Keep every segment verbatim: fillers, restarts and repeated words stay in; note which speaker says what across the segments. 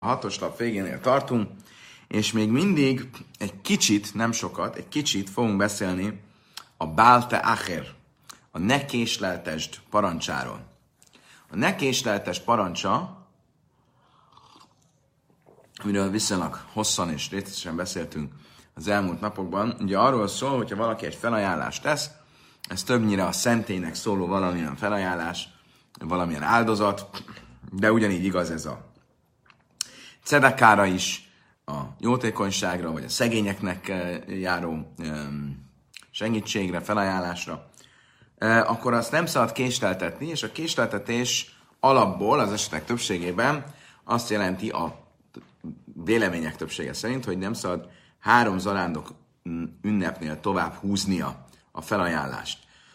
Speaker 1: A hatos lap végénél tartunk, és még mindig egy kicsit, nem sokat, egy kicsit fogunk beszélni a Bálte Acher, a ne késleltesd parancsáról. A ne késleltesd parancsa, amiről viszonylag hosszan és részletesen beszéltünk az elmúlt napokban, ugye arról szól, hogyha valaki egy felajánlást tesz, ez többnyire a szentélynek szóló valamilyen felajánlás, valamilyen áldozat, de ugyanígy igaz ez a cedekára is, a jótékonyságra, vagy a szegényeknek járó segítségre, felajánlásra, akkor azt nem szabad késleltetni, és a késleltetés alapból, az esetek többségében azt jelenti a vélemények többsége szerint, hogy nem szabad három zarándok ünnepnél tovább húznia a felajánlást.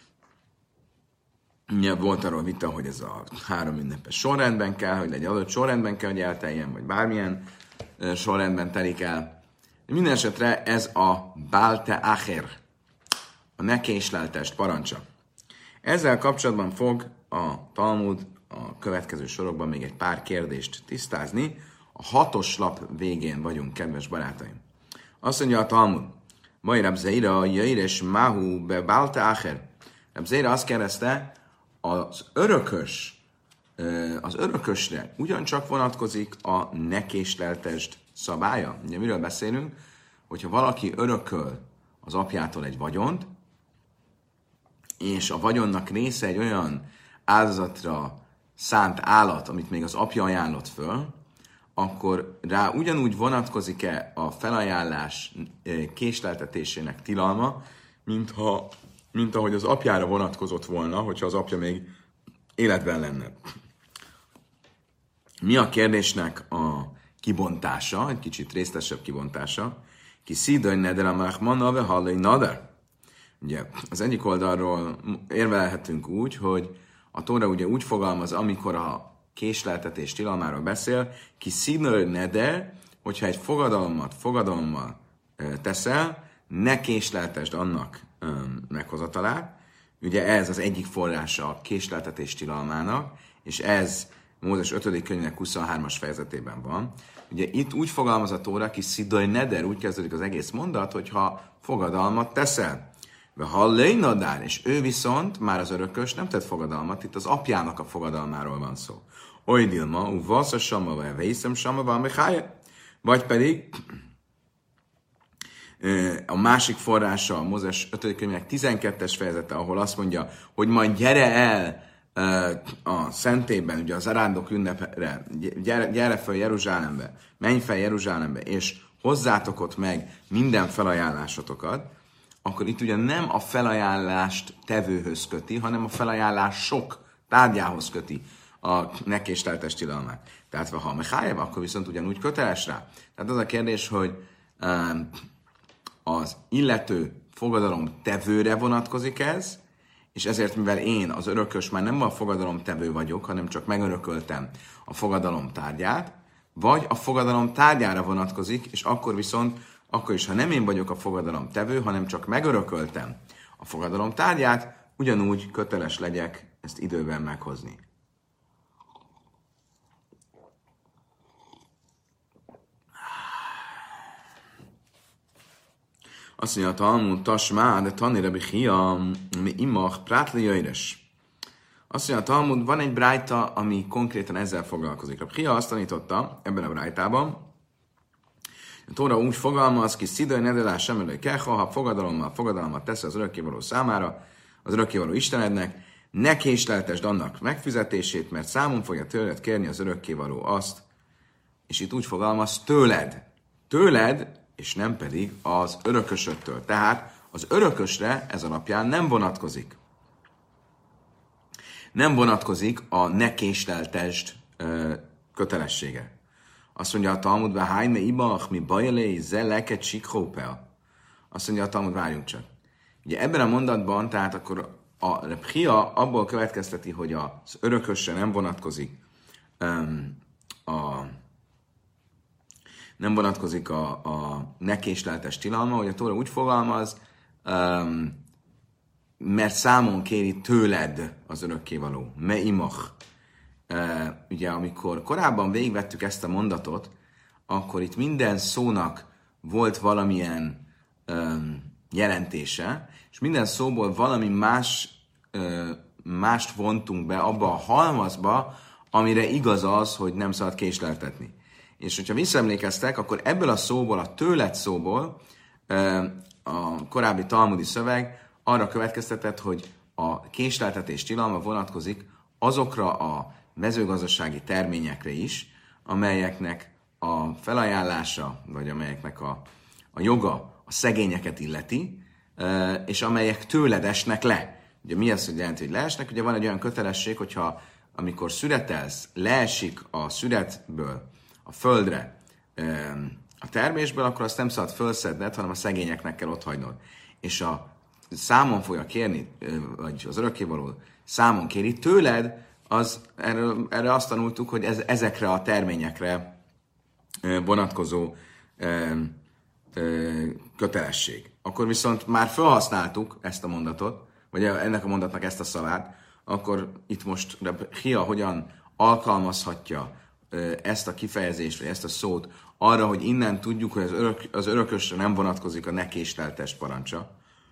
Speaker 1: Volt arról vita, hogy ez a három ünnepes sorrendben kell, hogy egy adott sorrendben kell, hogy elteljen, vagy bármilyen sorrendben telik el. Minden esetre ez a Bálte Acher, a ne késleltesd parancsa. Ezzel kapcsolatban fog a Talmud a következő sorokban még egy pár kérdést tisztázni. A hatos lap végén vagyunk, kedves barátaim. Azt mondja a Talmud, Mai Rab Zeira, Jaires Mahu be Bálte Acher. Rab Zeira azt kérdezte, az örökös, az örökösre ugyancsak vonatkozik a ne késleltesd szabálya. Ugye miről beszélünk? Hogyha valaki örököl az apjától egy vagyont, és a vagyonnak része egy olyan áldozatra szánt állat, amit még az apja ajánlott föl, akkor rá ugyanúgy vonatkozik-e a felajánlás késleltetésének tilalma, mintha, mint ahogy az apjára vonatkozott volna, hogyha az apja még életben lenne. Mi a kérdésnek a kibontása, egy kicsit részletesebb kibontása? Ki szídaj neder a machmana ve hallai nader. Ugye az egyik oldalról érvelhetünk úgy, hogy a Tóra ugye úgy fogalmaz, amikor a késleltetés tilalmáról beszél, ki szídaj neder, hogyha egy fogadalmat fogadalommal teszel, ne késleltesd annak meghozatalát. Ugye ez az egyik forrása a késleltetés tilalmának, és ez Mózes ötödik könyvének huszonhármas fejezetében van. Ugye itt úgy fogalmaz a Tóra, ki szidaj neder, úgy kezdődik az egész mondat, hogyha fogadalmat teszel. Ha lejnadár, és ő viszont, már az örökös, nem tett fogadalmat, itt az apjának a fogadalmáról van szó. Oly dilma, u vassza sama, vagy vészem sama, van vagy pedig a másik forrása a Mózes ötödik könyvének tizenkettes fejezete, ahol azt mondja, hogy majd gyere el a szentélyben, ugye az arándok ünnepre, gyere, gyere fel Jeruzsálembe, menj fel Jeruzsálembe, és hozzátok ott meg minden felajánlásotokat, akkor itt ugye nem a felajánlást tevőhöz köti, hanem a felajánlás sok tárgyához köti a ne késleltes tilalmát. Tehát ha a mechájeva, akkor viszont ugyanúgy köteles rá. Tehát az a kérdés, hogy um, az illető fogadalom tevőre vonatkozik ez, és ezért, mivel én, az örökös, már nem a fogadalom tevő vagyok, hanem csak megörököltem a fogadalom tárgyát, vagy a fogadalom tárgyára vonatkozik, és akkor viszont, akkor is, ha nem én vagyok a fogadalom tevő, hanem csak megörököltem a fogadalom tárgyát, ugyanúgy köteles legyek ezt időben meghozni. Azt mondja, a Talmud, tasmá, de tanére bihia, mi imach, prátli jöjres. Azt mondja, a Talmud, van egy brájta, ami konkrétan ezzel foglalkozik. A bihia azt tanította ebben a brájtában, a Tóra úgy fogalmaz, ki szidaj nedelás sem elő keha, ha fogadalommal fogadalmat tesz az örökkévaló számára, az örökkévaló Istenednek, ne késleltesd annak megfizetését, mert számon fogja tőled kérni az örökkévaló azt, és itt úgy fogalmaz, tőled. Tőled, és nem pedig az örökösöttől. Tehát az örökösre ez alapján nem vonatkozik. Nem vonatkozik a ne késleltesd ö, kötelessége. Azt mondja a Talmud, be hájme ibach, mi bajelé, zeleket sikhópea. Azt mondja a Talmud, várjunk csak. Ugye ebben a mondatban, tehát akkor a Rebhia abból következteti, hogy az örökösre nem vonatkozik um, a nem vonatkozik a, a ne késleltes tilalma, hogy a Tóra úgy fogalmaz, um, mert számon kéri tőled az örökkévaló. Me imach. Uh, ugye amikor korábban végigvettük ezt a mondatot, akkor itt minden szónak volt valamilyen öm, jelentése, és minden szóból valami más, ö, mást vontunk be abba a halmazba, amire igaz az, hogy nem szabad késleltetni. És hogyha visszaemlékeztek, akkor ebből a szóból, a tőled szóból ö, a korábbi talmudi szöveg arra következtetett, hogy a késleltetés tilalma vonatkozik azokra a mezőgazdasági terményekre is, amelyeknek a felajánlása, vagy amelyeknek a, a joga a szegényeket illeti, és amelyek tőled esnek le. Ugye mi az, hogy jelenti, hogy leesnek? Ugye van egy olyan kötelesség, hogyha amikor szüretelsz, leesik a szüretből a földre a termésből, akkor azt nem szabad fölszedned, hanem a szegényeknek kell otthagynod. És a számon fogja kérni, vagy az örökkévaló számon kéri tőled, az, erre, erre azt tanultuk, hogy ez, ezekre a terményekre vonatkozó ö, ö, kötelesség. Akkor viszont már felhasználtuk ezt a mondatot, vagy ennek a mondatnak ezt a szavát, akkor itt most Hia hogyan alkalmazhatja ö, ezt a kifejezést, vagy ezt a szót arra, hogy innen tudjuk, hogy az, örök, az örökösre nem vonatkozik a ne késleltes parancsa.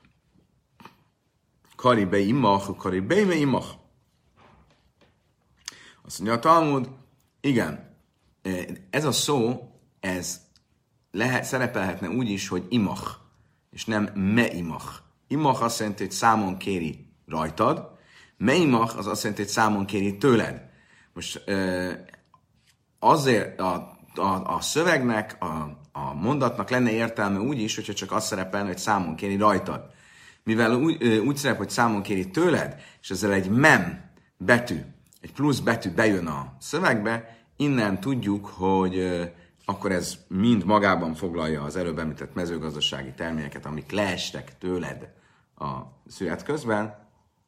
Speaker 1: Karibe imach, karibe imach. Azt mondja a Talmud, igen, ez a szó, ez lehet, szerepelhetne úgy is, hogy imach, és nem me imach. Imach azt jelenti, hogy számon kéri rajtad, me imach az azt jelenti, hogy számon kéri tőled. Most azért a, a, a szövegnek, a, a mondatnak lenne értelme úgy is, hogyha csak azt szerepelne, hogy számon kéri rajtad. Mivel úgy, úgy szerep, hogy számon kéri tőled, és ezzel egy mem betű, egy plusz betű bejön a szövegbe, innen tudjuk, hogy euh, akkor ez mind magában foglalja az előbb említett mezőgazdasági terményeket, amik leestek tőled a szület közben,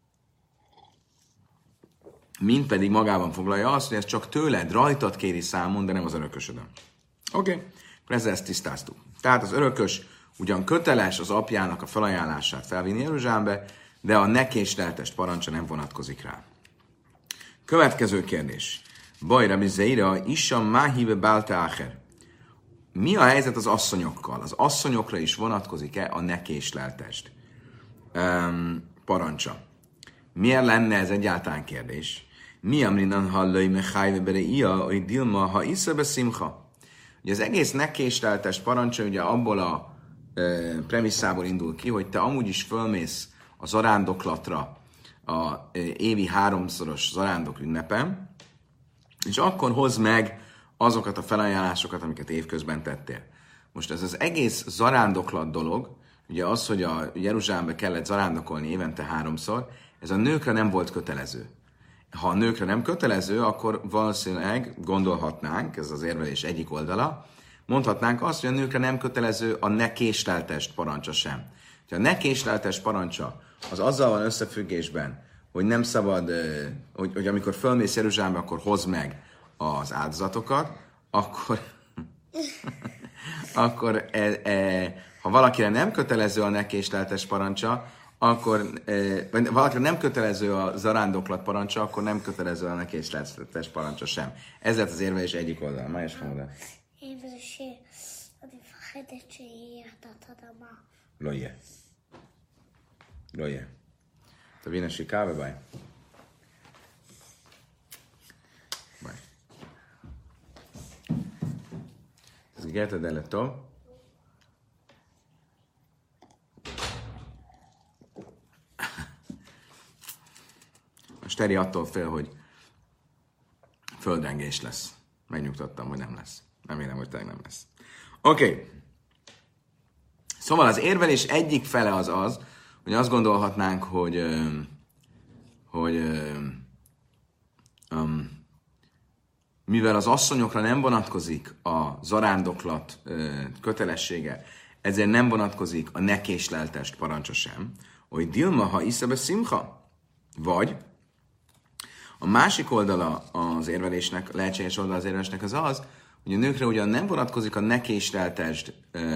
Speaker 1: mind pedig magában foglalja azt, hogy ez csak tőled, rajtad kéri számon, de nem az örökösödön. Oké, okay. Akkor ezzel ezt tisztáztuk. Tehát az örökös ugyan köteles az apjának a felajánlását felvinni Jeruzsálembe, de a ne késleltest parancsa nem vonatkozik rá. Következő kérdés. Baj, Rabbi Zeira, Issa máhibe bálta áher. Mi a helyzet az asszonyokkal? Az asszonyokra is vonatkozik-e a ne késleltest um, parancsa? Miért lenne ez egyáltalán kérdés? Mi amrinan hallai mechájve bere ia, hogy dilma ha iszebe szimcha? Ugye az egész ne késleltest parancsa ugye abból a e, premisszából indul ki, hogy te amúgy is fölmész a zarándoklatra a e, évi háromszoros zarándok ünnepen, és akkor hozd meg azokat a felajánlásokat, amiket évközben tettél. Most ez az egész zarándoklat dolog, ugye az, hogy a Jeruzsálembe kellett zarándokolni évente háromszor, ez a nőkre nem volt kötelező. Ha a nőkre nem kötelező, akkor valószínűleg gondolhatnánk, ez az érvelés egyik oldala, mondhatnánk azt, hogy a nőkre nem kötelező a ne késleltest parancsa sem. Ha a ne késleltest parancsa az azzal van összefüggésben, hogy nem szabad, hogy, hogy amikor fölmész Jeruzsálembe, akkor hozd meg az áldozatokat, akkor, akkor e, e, ha valakire nem kötelező a ne késleltes parancsa, akkor, e, vagy valakire nem kötelező a zarándoklat parancsa, akkor nem kötelező a ne késleltes parancsa sem. Ez lett az érvelés egyik oldal. Ma is mondom.
Speaker 2: Érvelés, אני מפחדת שיהיה רעידת אדמה.
Speaker 1: לא יהיה. לא יהיה. תביא נשיקה וביי. ביי. תסגר את הדלת טוב. Most Teri attól fél, hogy földrengés lesz. Megnyugtattam, hogy nem lesz. Remélem, hogy tényleg nem lesz. Oké. Okay. Szóval az érvelés egyik fele az az, hogy azt gondolhatnánk, hogy, hogy um, mivel az asszonyokra nem vonatkozik a zarándoklat kötelessége, ezért nem vonatkozik a ne késleltest parancsa sem, hogy Dilma, ha iszebe szimcha, vagy a másik oldala az érvelésnek, a lehetséges oldala az érvelésnek az az, hogy a nőkre ugyan nem vonatkozik a ne késleltest,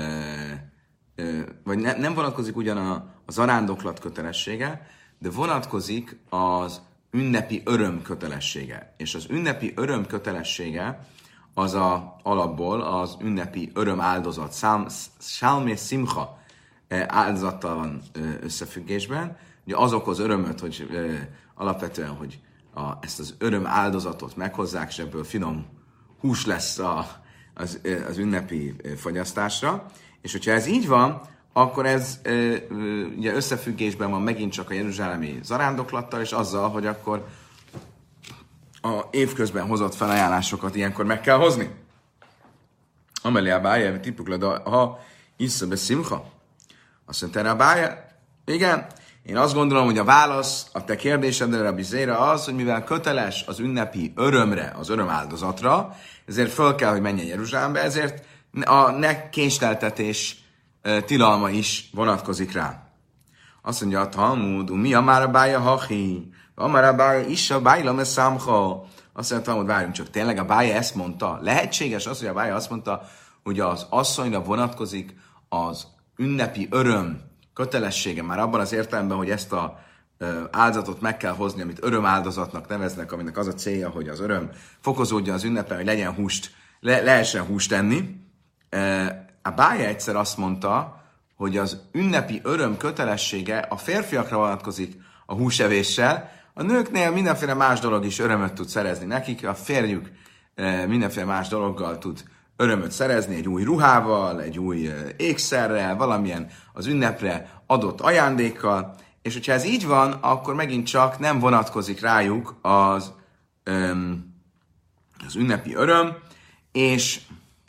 Speaker 1: vagy ne, nem vonatkozik ugyan a, a zarándoklat kötelessége, de vonatkozik az ünnepi öröm kötelessége. És az ünnepi öröm kötelessége az a alapból az ünnepi öröm áldozat, Salmé Simcha áldozattal van összefüggésben. Ugye az okoz örömöt, hogy alapvetően, hogy a, ezt az öröm áldozatot meghozzák, és ebből finom hús lesz a, az, az ünnepi fogyasztásra. És hogyha ez így van, akkor ez ugye összefüggésben van megint csak a jeruzsálemi zarándoklattal, és azzal, hogy akkor a évközben hozott felajánlásokat ilyenkor meg kell hozni. Amelé a bája, tipukla, ha iszza be szimcha. Azt mondta erre a bája, igen, én azt gondolom, hogy a válasz a te kérdésedre, Rabbi Zéra az, hogy mivel köteles az ünnepi örömre, az örömáldozatra, ezért föl kell, hogy menjen Jeruzsálembe, ezért a ne késleltetés tilalma is vonatkozik rá. Azt mondja a Talmud, mi a már a bája hachi, a már a bája is a bájla me számha. Azt mondja a Talmud, várjunk csak, tényleg a bája ezt mondta? Lehetséges az, hogy a bája azt mondta, hogy az asszonyra vonatkozik az ünnepi öröm kötelessége, már abban az értelemben, hogy ezt a áldozatot meg kell hozni, amit örömáldozatnak neveznek, aminek az a célja, hogy az öröm fokozódjon az ünnepen, hogy legyen húst, le, lehessen húst enni. A bája egyszer azt mondta, hogy az ünnepi öröm kötelessége a férfiakra vonatkozik a húsevéssel, a nőknél mindenféle más dolog is örömöt tud szerezni nekik, a férjük mindenféle más dologgal tud örömöt szerezni, egy új ruhával, egy új ékszerrel, valamilyen az ünnepre adott ajándékkal, és hogyha ez így van, akkor megint csak nem vonatkozik rájuk az, öm, az ünnepi öröm, és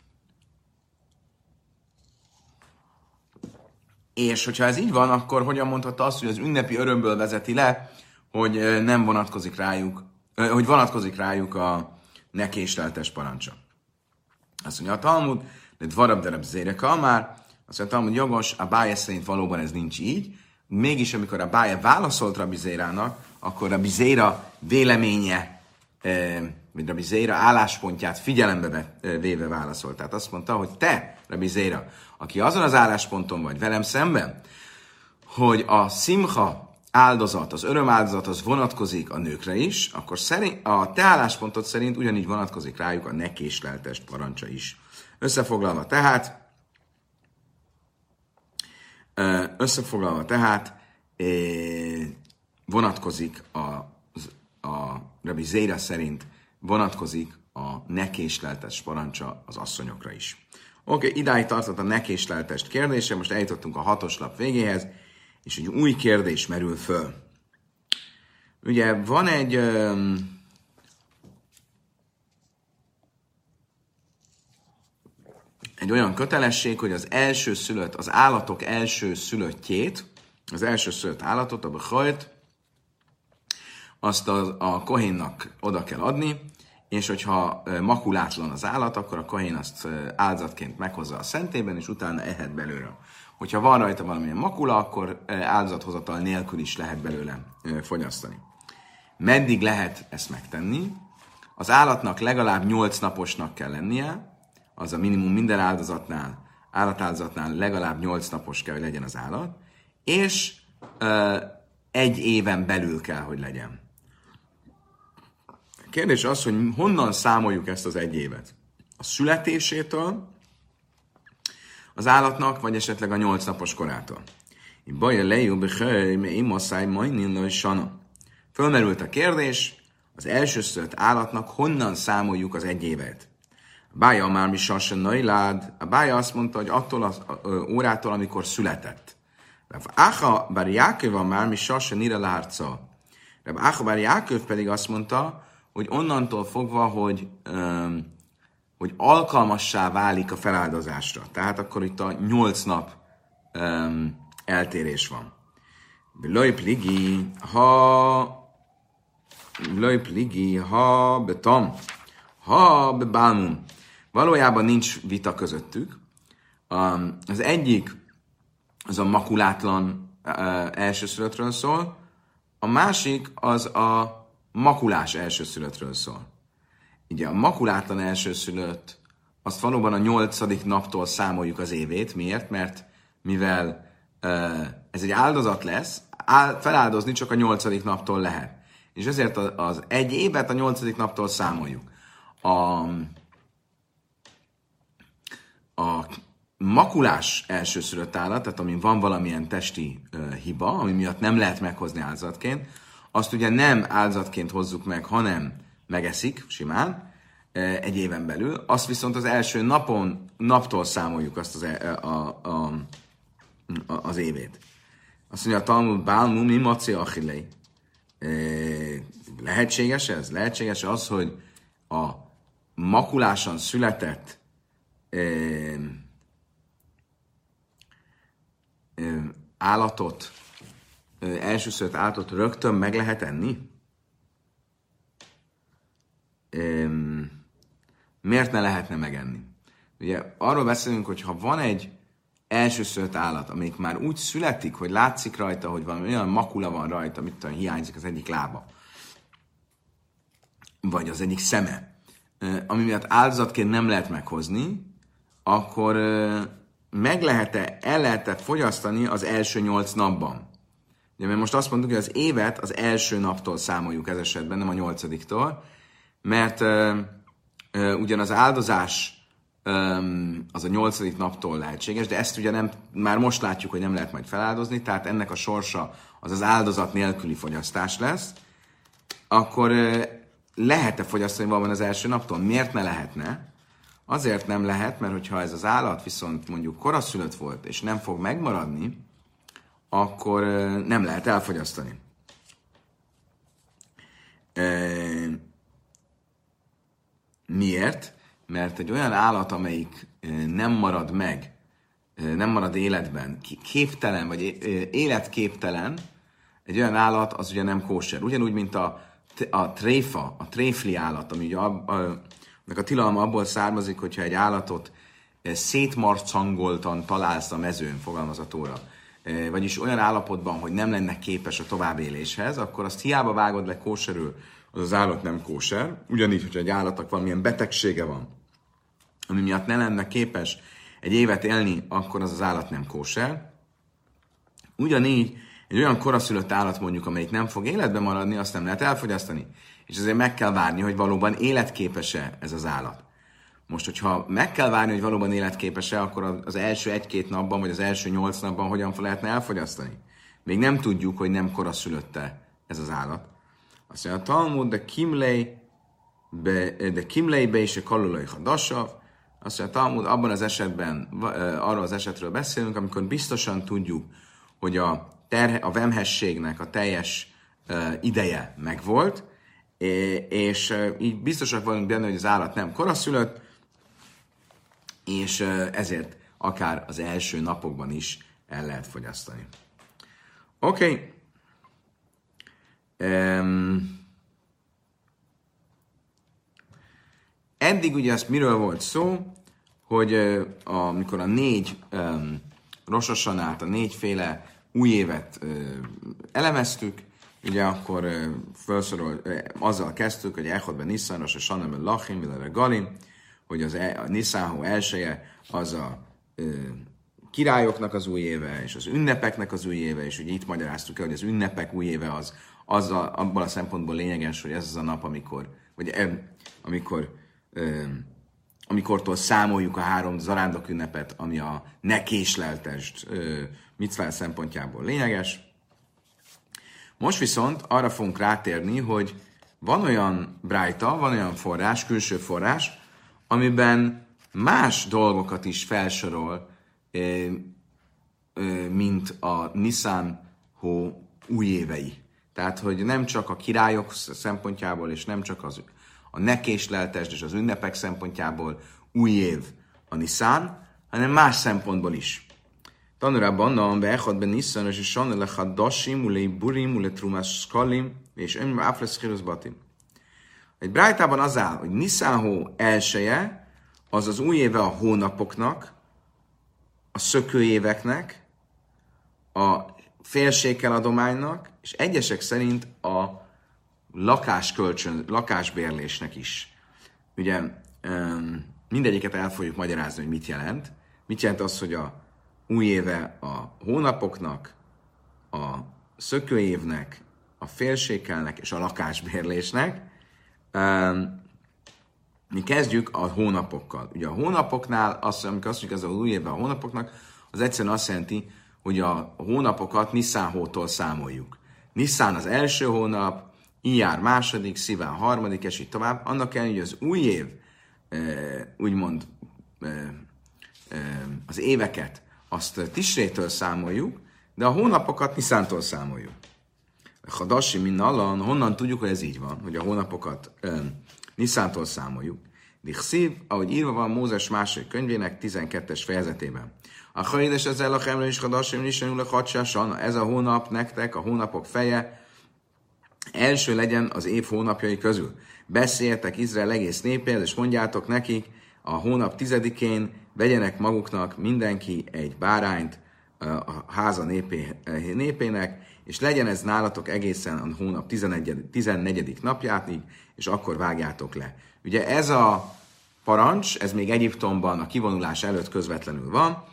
Speaker 1: és hogyha ez így van, akkor hogyan mondhatta azt, hogy az ünnepi örömből vezeti le, hogy nem vonatkozik rájuk, hogy vonatkozik rájuk a ne késleltes parancsa. Azt mondja a Talmud, de dvarab dereb zéreka már, azt mondja a Talmud jogos, a Bája szerint valóban ez nincs így, mégis amikor a Bája válaszolt Rabbi Zérának, akkor Rabbi Zéra véleménye, vagy Rabbi Zéra álláspontját figyelembe véve válaszolt. Tehát azt mondta, hogy te, Rabbi Zéra, aki azon az állásponton vagy velem szemben, hogy a szimcha áldozat, az öröm áldozat, az vonatkozik a nőkre is, akkor szerint, a te álláspontod szerint ugyanígy vonatkozik rájuk a ne késleltes parancsa is. Összefoglalva tehát, összefoglalva tehát, vonatkozik a, a Rabbi Zéra szerint vonatkozik a ne késleltes parancsa az asszonyokra is. Oké, okay, idáig tartott a ne késleltest kérdése, most eljutottunk a hatos lap végéhez, és egy új kérdés merül föl. Ugye van egy um, egy olyan kötelesség, hogy az első szülött, az állatok első szülöttjét, az első szülött állatot, a bechajt, azt a, a kohénnak oda kell adni, és hogyha makulátlan az állat, akkor a kohén azt áldozatként meghozza a szentében, és utána ehet belőle. Hogyha van rajta valamilyen makula, akkor áldozathozatal nélkül is lehet belőle fogyasztani. Meddig lehet ezt megtenni? Az állatnak legalább nyolc naposnak kell lennie, az a minimum minden áldozatnál, állatáldozatnál legalább nyolc napos kell, hogy legyen az állat, és ö, egy éven belül kell, hogy legyen. A kérdés az, hogy honnan számoljuk ezt az egy évet? A születésétől, az állatnak, vagy esetleg a nyolc napos korától. Fölmerült a kérdés, az elsőszülött állatnak honnan számoljuk az egy évet? A bája már mi sasa najlád, a bája azt mondta, hogy attól az órától, amikor született. Áha bár Jáköv már mi sasa nira lárca. Áha bár Jáköv pedig azt mondta, hogy onnantól fogva, hogy um, hogy alkalmassá válik a feláldozásra. Tehát akkor itt a nyolc nap um, eltérés van. Lojpligi, ha Lojpligi, ha betam, ha bebálmum. Valójában nincs vita közöttük. Um, az egyik az a makulátlan uh, elsőszülöttről szól, a másik az a makulás elsőszülöttről szól. Ugye a makulátlan elsőszülött, azt valóban a nyolcadik naptól számoljuk az évét. Miért? Mert mivel uh, ez egy áldozat lesz, áll, feláldozni csak a nyolcadik naptól lehet. És ezért az egy évet a nyolcadik naptól számoljuk. A a makulás elsőszülött állat, tehát amin van valamilyen testi uh, hiba, ami miatt nem lehet meghozni áldozatként, azt ugye nem áldozatként hozzuk meg, hanem megeszik simán uh, egy éven belül. Azt viszont az első napon, naptól számoljuk azt az, a, a, a, a, az évét. Azt mondja a Talmud, Bálmu, mi maci achillei. Uh, lehetséges ez? Lehetséges az, hogy a makuláson született uh, állatot, elsőszülött állatot rögtön meg lehet enni? Miért ne lehetne megenni? Ugye arról beszélünk, hogy ha van egy elsőszülött állat, amelyik már úgy születik, hogy látszik rajta, hogy valami olyan makula van rajta, amit talán hiányzik az egyik lába, vagy az egyik szeme, ami miatt áldozatként nem lehet meghozni, akkor meg lehet-e, el lehet-e fogyasztani az első nyolc napban? Ugye, mert most azt mondtuk, hogy az évet az első naptól számoljuk ez esetben, nem a nyolcadiktól, mert uh, uh, ugyan az áldozás um, az a nyolcadik naptól lehetséges, de ezt ugye nem, már most látjuk, hogy nem lehet majd feláldozni, tehát ennek a sorsa az az áldozat nélküli fogyasztás lesz, akkor uh, lehet-e fogyasztani valami az első naptól? Miért ne lehetne? Azért nem lehet, mert hogyha ez az állat viszont mondjuk koraszülött volt, és nem fog megmaradni, akkor nem lehet elfogyasztani. Miért? Mert egy olyan állat, amelyik nem marad meg, nem marad életben, képtelen, vagy életképtelen, egy olyan állat az ugye nem kóser. Ugyanúgy, mint a, a tréfa, a tréfli állat, ami ugye a, a meg a tilalma abból származik, hogyha egy állatot szétmarcangoltan találsz a mezőn, fogalmaz a Tóra, vagyis olyan állapotban, hogy nem lenne képes a továbbéléshez, akkor azt hiába vágod le kóserül, az az állat nem kóser. Ugyanígy, hogyha egy állatnak valamilyen betegsége van, ami miatt ne lenne képes egy évet élni, akkor az az állat nem kóser. Ugyanígy egy olyan koraszülött állat mondjuk, amelyik nem fog életben maradni, azt nem lehet elfogyasztani. És azért meg kell várni, hogy valóban életképes-e ez az állat. Most, hogyha meg kell várni, hogy valóban életképes-e, akkor az első egy-két napban, vagy az első nyolc napban hogyan lehetne elfogyasztani? Még nem tudjuk, hogy nem koraszülötte ez az állat. Azt mondja, a Talmud, de kimlei, de kimlei be is a kalulai hadasav. Azt mondja, a Talmud, abban az esetben, arról az esetről beszélünk, amikor biztosan tudjuk, hogy a, terhe, a vemhességnek a teljes ideje megvolt, és így biztosak vagyunk benne, hogy az állat nem koraszülött, és ezért akár az első napokban is el lehet fogyasztani. Oké. Okay. Um, eddig ugye azt miről volt szó, hogy uh, amikor a négy um, Rosh Hasanát, a négyféle új évet uh, elemeztük, ugye akkor uh, felsorol, uh, azzal kezdtük, hogy Echad ben Niszan, Rosh Hashanah ben Lachim, Vilere Galim, hogy az e, a Niszán hó elsője az a uh, királyoknak az új éve, és az ünnepeknek az új éve, és ugye itt magyaráztuk el, hogy az ünnepek új éve az, az a, abban a szempontból lényeges, hogy ez az a nap, amikor, vagy e, amikor, e, amikortól számoljuk a három zarándok ünnepet, ami a ne késleltest e, micvá szempontjából lényeges. Most viszont arra fogunk rátérni, hogy van olyan brájta, van olyan forrás, külső forrás, amiben más dolgokat is felsorol, mint a Niszán hó új évei. Tehát, hogy nem csak a királyok szempontjából, és nem csak az, a ne késleltest és az ünnepek szempontjából új év a Niszán, hanem más szempontból is. Tanulában, na, be echad be Niszán, és sanne lechad dasim, ulei burim, ule trumás skalim, és ön áflesz batim. Egy brájtában az áll, hogy Niszán hó elsője, az az új éve a hónapoknak, a szökőéveknek, a félsékel adománynak, és egyesek szerint a lakáskölcsön, lakásbérlésnek is. Ugye mindegyiket el fogjuk magyarázni, hogy mit jelent. Mit jelent az, hogy a új éve a hónapoknak, a szökőévnek, a félsékelnek és a lakásbérlésnek. Mi kezdjük a hónapokkal. Ugye a hónapoknál, azt, amikor azt mondjuk ez az új évben a hónapoknak, az egyszerűen azt jelenti, hogy a hónapokat Niszán hótól számoljuk. Niszán az első hónap, Iyár második, Sziván harmadik, és így tovább. Annak ellenére, hogy az új év, úgymond az éveket, azt Tisrétől számoljuk, de a hónapokat Niszántól számoljuk. Hadasi minnallan, honnan tudjuk, hogy ez így van, hogy a hónapokat Niszántól számoljuk. Dichszív, ahogy írva van Mózes második könyvének tizenkettes fejezetében. A hajdes ezzel a hemre is hadasim is a hadsásan, ez a hónap nektek, a hónapok feje, első legyen az év hónapjai közül. Beszéljetek Izrael egész népéhez, és mondjátok nekik, a hónap tizedikén vegyenek maguknak mindenki egy bárányt a háza népé, népének, és legyen ez nálatok egészen a hónap tizennegyedik napjátig, és akkor vágjátok le. Ugye ez a parancs, ez még Egyiptomban a kivonulás előtt közvetlenül van,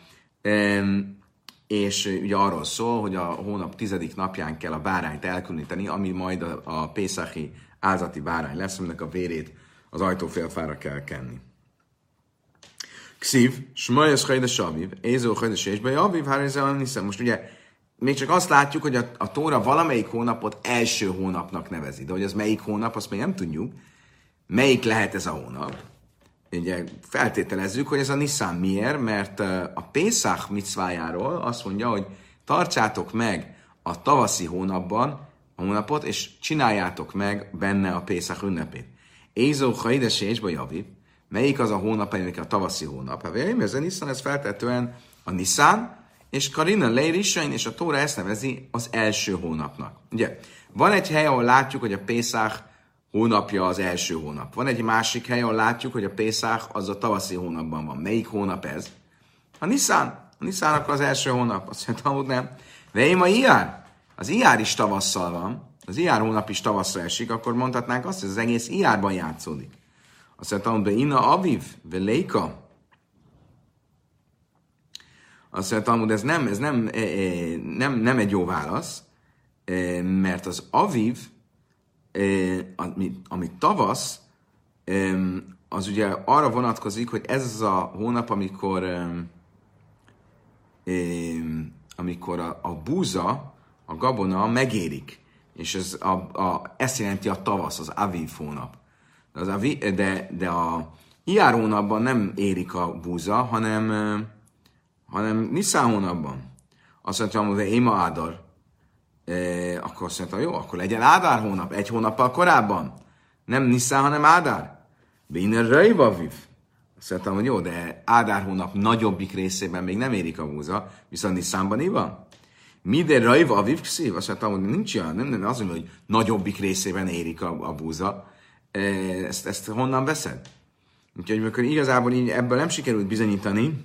Speaker 1: és ugye arról szól, hogy a hónap tizedik napján kell a bárányt elkülöníteni, ami majd a, a pészachi áldati bárány lesz, aminek a vérét az ajtófélfára kell kenni. Kszív, smajos hajdes aviv, ézó hajdes ésbe aviv, hárézel niszem. Most ugye még csak azt látjuk, hogy a, a Tóra valamelyik hónapot első hónapnak nevezi, de hogy az melyik hónap, azt még nem tudjuk. Melyik lehet ez a hónap? Ugye feltételezzük, hogy ez a Niszán miért, mert a Pészach micvájáról azt mondja, hogy tartsátok meg a tavaszi hónapban a hónapot, és csináljátok meg benne a Pészach ünnepét. Ézó hajdes ésbe aviv. Melyik az a hónap, amelyik a tavaszi hónap? Hát ez a Niszán, ez feltetően a Niszán, és Karina Leirisain, és a Tóra ezt nevezi az első hónapnak. Ugye, van egy hely, ahol látjuk, hogy a Pészach hónapja az első hónap. Van egy másik hely, ahol látjuk, hogy a Pészach az a tavaszi hónapban van. Melyik hónap ez? A Niszán. A Niszán akkor az első hónap. Azt mondtam, hogy nem. Veim a Iyár. Az Iyár is tavasszal van. Az Iyár hónap is tavasszal esik, akkor mondhatnánk azt, hogy az egész Iyárban játszódik. Azt mondtam, hogy Ina Aviv, Veléka. Azt mondtam, hogy ez nem, ez nem, nem, nem egy jó válasz, mert az Aviv, ami, ami tavasz, az ugye arra vonatkozik, hogy ez az a hónap, amikor, amikor a, a búza, a gabona megérik. És ez, a, a, ezt jelenti a tavasz, az Aviv hónap. Az a, de, de a Iyár hónapban nem érik a búza, hanem, hanem Niszán hónapban. Azt mondtam, hogy Éma Ádar. E, akkor azt mondtam, jó, akkor legyen Ádár hónap, egy hónappal korábban. Nem Niszán, hanem Ádár. Béner Röjvaviv. Azt mondtam, hogy jó, de Ádár hónap nagyobbik részében még nem érik a búza, viszont Niszánban mi van? Minden Röjvaviv szív? Azt mondtam, hogy nincs olyan, nem, nem az, hogy nagyobbik részében érik a, a búza. Ezt, ezt honnan veszed? Úgyhogy amikor igazából így ebből nem sikerült bizonyítani,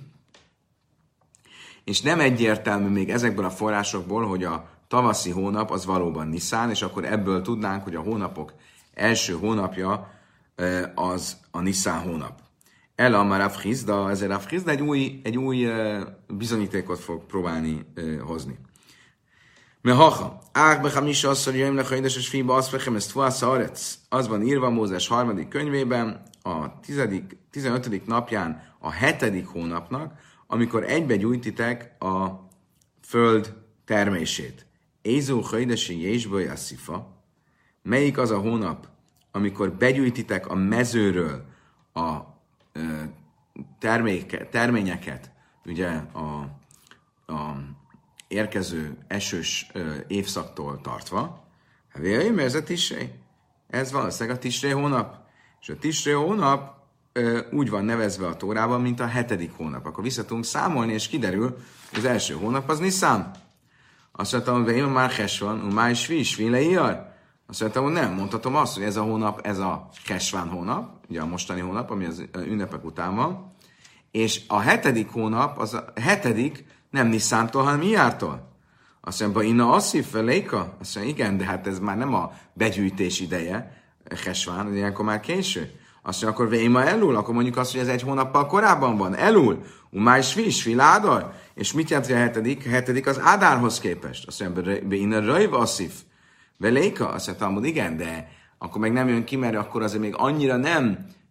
Speaker 1: és nem egyértelmű még ezekből a forrásokból, hogy a tavaszi hónap az valóban Niszán, és akkor ebből tudnánk, hogy a hónapok első hónapja az a Niszán hónap. Ela már Rav Hizda, ezért Rav Hizda egy új, egy új bizonyítékot fog próbálni hozni. Mehacha, ách bechamisa asszor jöjjön le hajdes és fiba azt fechem ezt fuász arec. Az van írva Mózes harmadik könyvében, a tizedik, tizenötödik napján a hetedik hónapnak, amikor egybe gyújtitek a föld termését. Ézó hajdesi jésből jasszifa. Melyik az a hónap, amikor begyűjtitek a mezőről a ö, terméke, terményeket, ugye a, a érkező esős ö, évszaktól tartva? Hát véljön, ez a Tisré. Ez valószínűleg a Tisré hónap. És a Tisré hónap ö, úgy van nevezve a Tórában, mint a hetedik hónap. Akkor vissza tudunk számolni, és kiderül, hogy az első hónap az Niszán. Azt mondtam, hogy én már Hesvan, már is vi, svile ijjar. Azt mondtam, hogy nem, mondhatom azt, hogy ez a hónap, ez a Hesván hónap, ugye a mostani hónap, ami az ünnepek után van, és a hetedik hónap, az a hetedik nem Niszántól, hanem Iyártól. Azt mondja, Inna Asszif feléka? Azt mondja, igen, de hát ez már nem a begyűjtés ideje, Hesván, ilyenkor már késő. Azt mondja, akkor Véma elul, akkor mondjuk azt, hogy ez egy hónappal korábban van. Elul, Umá is vi, svil Ádar. És mit jelenti a hetedik? A hetedik az Ádárhoz képest. Azt mondja, Inna Röjv Asszif Veléka? Azt mondja, Talmud, igen, de akkor meg nem jön ki, mert akkor azért még annyira nem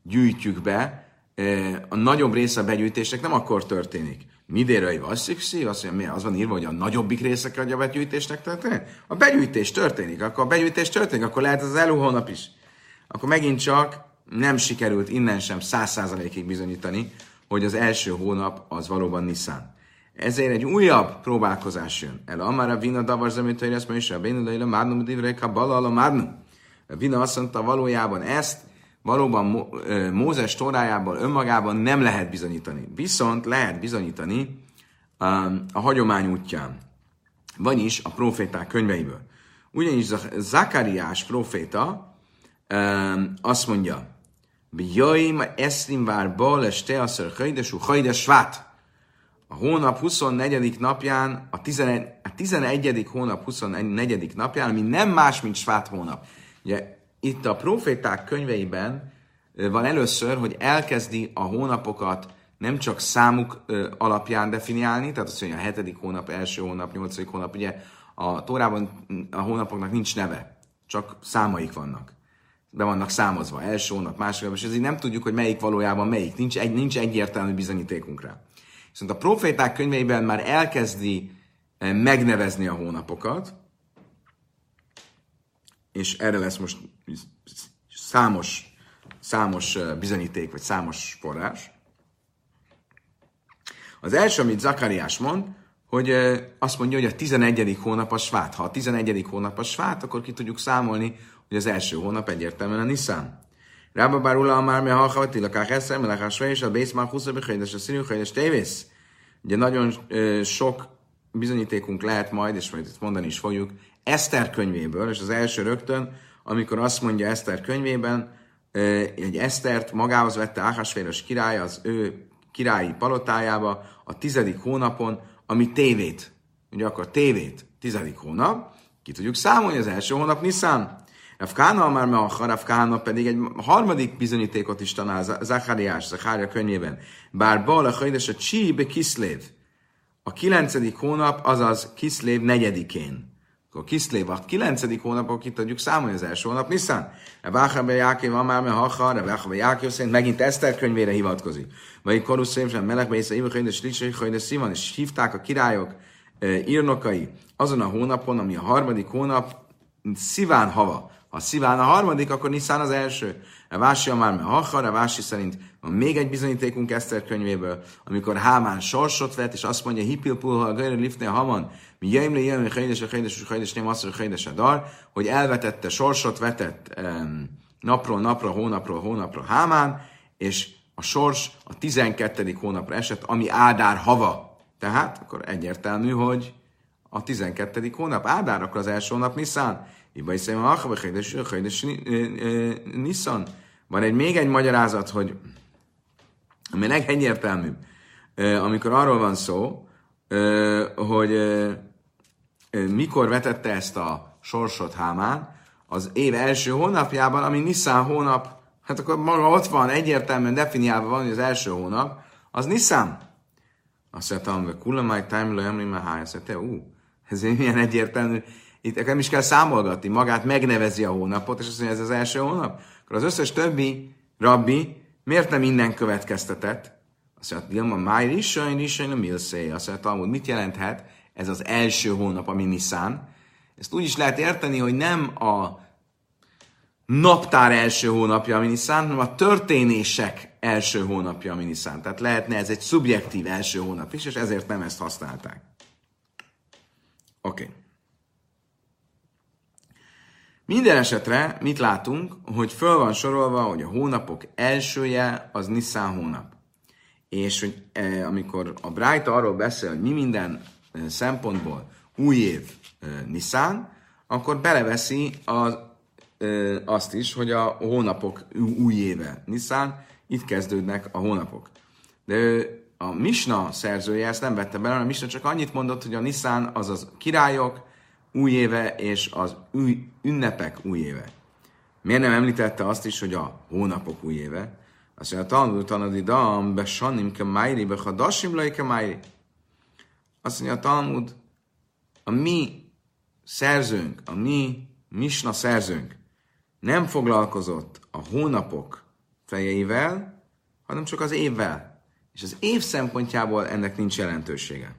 Speaker 1: gyűjtjük be, a nagyobb része a begyűjtésnek nem akkor történik. Midérői vasszixi, azt mondja, az van írva, hogy a nagyobbik részekre a begyűjtésnek történik. A begyűjtés történik, akkor a begyűjtés történik, akkor lehet az elő hónap is. Akkor megint csak nem sikerült innen sem száz százalékig bizonyítani, hogy az első hónap az valóban Niszán. Ezért egy újabb próbálkozás jön. El amára vina davar zeműtői lesz, mert is a bénulajla márnum divrei kabala ala márnum. A vina azt mondta, valójában ezt valóban Mózes tórájában önmagában nem lehet bizonyítani. Viszont lehet bizonyítani um, a hagyomány útján, vagyis a proféták könyveiből. Ugyanis Zakariás proféta um, azt mondja, B'joim eszrim vár bal este asszor hajdesú hajdes svát. A hónap huszonnegyedik napján, a, tizenegy, a tizenegyedik hónap huszonnegyedik napján, ami nem más, mint svát hónap. Ugye itt a proféták könyveiben van először, hogy elkezdi a hónapokat nem csak számuk alapján definiálni, tehát azt mondja a hetedik hónap, első hónap, nyolcadik hónap, ugye a Tórában a hónapoknak nincs neve, csak számaik vannak. Be vannak számozva, első hónap, második hónap, és ezért nem tudjuk, hogy melyik valójában melyik, nincs, egy, nincs egyértelmű bizonyítékunk rá. Viszont a proféták könyveiben már elkezdi megnevezni a hónapokat, és erre lesz most számos, számos bizonyíték, vagy számos forrás. Az első, amit Zakariás mond, hogy azt mondja, hogy a tizenegyedik hónap a svát. Ha a tizenegyedik hónap a svát, akkor ki tudjuk számolni, hogy az első hónap egyértelműen a Niszán. Rába bár ula már me halhavati lakák eszem, me lakásra és a bész már húszabb, hajdes a színű, hajdes tévész. Ugye nagyon sok bizonyítékunk lehet majd, és majd itt mondani is fogjuk, Eszter könyvéből, és az első rögtön, amikor azt mondja Eszter könyvében, hogy Esztert magához vette Ahasvéros király az ő királyi palotájába a tizedik hónapon, ami tévét. Ugye akkor tévét, tizedik hónap, ki tudjuk számolni, az első hónap Niszán. Rav Kána már me a Rav Kána pedig egy harmadik bizonyítékot is tanál Zakariás, Zakária könyvében. Bár Baal a hajdes a Csíbe Kiszlév. A kilencedik hónap, azaz Kiszlév negyedikén. Akkor Kiszlév a kilencedik hónapok ki tudjuk számolni az első hónap Niszán. Váhabe Jákév van már me hacha, Váhabe Jákév szerint megint Eszter könyvére hivatkozik. Vagy Koruszém sem Melekbe észre Iva hajdes Licsai hajdes Szívan, és hívták a királyok írnokai azon a hónapon, ami a harmadik hónap, Sziván hava. Ha Sziván a harmadik, akkor Niszán az első. A Vási már me hachar, a Vási szerint van még egy bizonyítékunk Eszter könyvéből, amikor Hámán sorsot vett, és azt mondja, hipilpulha, gajra liftnél haman, mi jöjjmre jöjjmre, hajdes, a hajdes, a hajdes, nem asszor, a hajdes a dar, hogy elvetette, sorsot vetett um, napról napra, hónapról hónapra Hámán, és a sors a tizenkettedik hónapra esett, ami Ádár hava. Tehát akkor egyértelmű, hogy a tizenkettedik hónap Ádár, akkor az első hónap Niszán. Ibai szépen Achabe Hajdes, Hajdes Niszan. Van egy még egy magyarázat, hogy ami legegyértelműbb, amikor arról van szó, hogy mikor vetette ezt a sorsot Hámán, az év első hónapjában, ami Niszán hónap, hát akkor maga ott van, egyértelműen definiálva van, hogy az első hónap, az Niszán. Azt mondtam, hogy kullamáj tájmülő emlém a háj, azt mondta, ú, ez milyen egyértelmű. Itt nem is kell számolgatni, magát megnevezi a hónapot, és azt mondja, ez az első hónap. Akkor az összes többi rabbi miért nem innen következtetett? Azt mondja, Dilma, máj rissajn, rissajn a milszé. Azt mondja, Talmud, mit jelenthet ez az első hónap, ami Niszán? Ezt úgy is lehet érteni, hogy nem a naptár első hónapja, ami Niszán, hanem a történések első hónapja, ami Niszán. Tehát lehetne ez egy szubjektív első hónap is, és ezért nem ezt használták. Oké. Okay. Minden esetre mit látunk, hogy föl van sorolva, hogy a hónapok elsője az Niszán hónap. És hogy e, amikor a Brájta arról beszél, hogy mi minden e, szempontból új év e, Niszán, akkor beleveszi az, e, azt is, hogy a hónapok új éve Niszán, itt kezdődnek a hónapok. De a Misna szerzője ezt nem vette bele, a Misna csak annyit mondott, hogy a Niszán az az királyok új éve és az új, ünnepek új éve. Miért nem említette azt is, hogy a hónapok új éve? Azt mondja, a Talmud tanadi dam, be sannim ke májri, be hadasim lai ke májri. Azt mondja, a Talmud, a mi szerzőnk, a mi misna szerzőnk nem foglalkozott a hónapok fejeivel, hanem csak az évvel. És az év szempontjából ennek nincs jelentősége.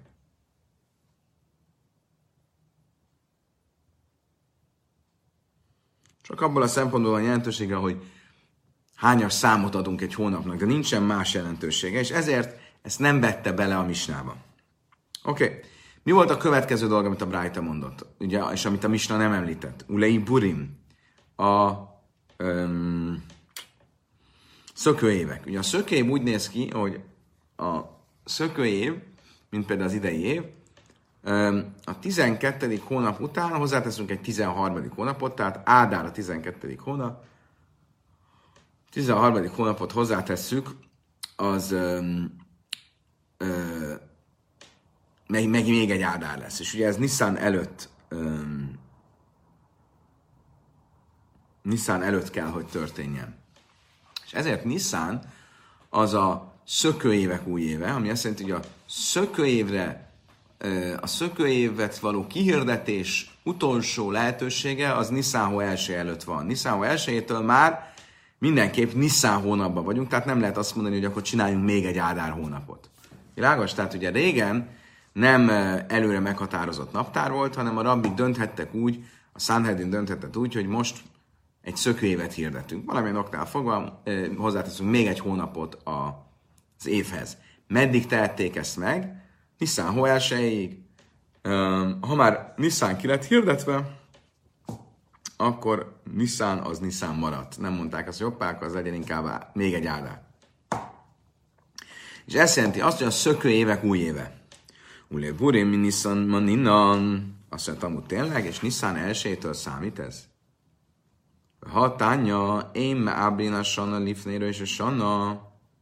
Speaker 1: Csak abból a szempontból van jelentősége, hogy hányas számot adunk egy hónapnak, de nincsen más jelentősége, és ezért ezt nem vette bele a misnába. Oké. Okay. Mi volt a következő dolog, amit a Brájta mondott? Ugye, és amit a misna nem említett? Ulei burim. A öm, szökőévek. Ugye a szökőév úgy néz ki, hogy a szökőév, mint például az idei év, öm, a tizenkettedik hónap után hozzáteszünk egy tizenharmadik hónapot, tehát Ádár a tizenkettedik hónap, tizenharmadik hónapot hozzátesszük, az öm, ö, meg, meg még egy Ádár lesz. És ugye ez Niszán előtt öm, Niszán előtt kell, hogy történjen. És ezért Niszán az a szökőévek új éve, ami azt jelenti, hogy a szökőévre, a szökőévet való kihirdetés utolsó lehetősége az Niszán hó első előtt van. Niszán hó elsejétől már mindenképp Niszán hónapban vagyunk, tehát nem lehet azt mondani, hogy akkor csináljunk még egy Ádár hónapot. Világos? Tehát ugye régen nem előre meghatározott naptár volt, hanem a rabbik dönthettek úgy, a Sanhedrin dönthetett úgy, hogy most egy szökőévet hirdetünk. Valamilyen oknál fogva hozzáteszünk még egy hónapot az évhez. Meddig tehették ezt meg? Niszán hó elsejéig. Ha már Niszán ki lett hirdetve, akkor Niszán az Niszán maradt. Nem mondták azt, hogy hoppák, az legyen inkább még egy Ádár. És ez jelenti azt, hogy a szökőévek új éve. Ulé burim mi Niszán man innan. Azt mondtam, hogy tényleg, és Niszán elsejétől számít ez? Ha tánya, én me ábrén a sanna lifnéről és a sanna.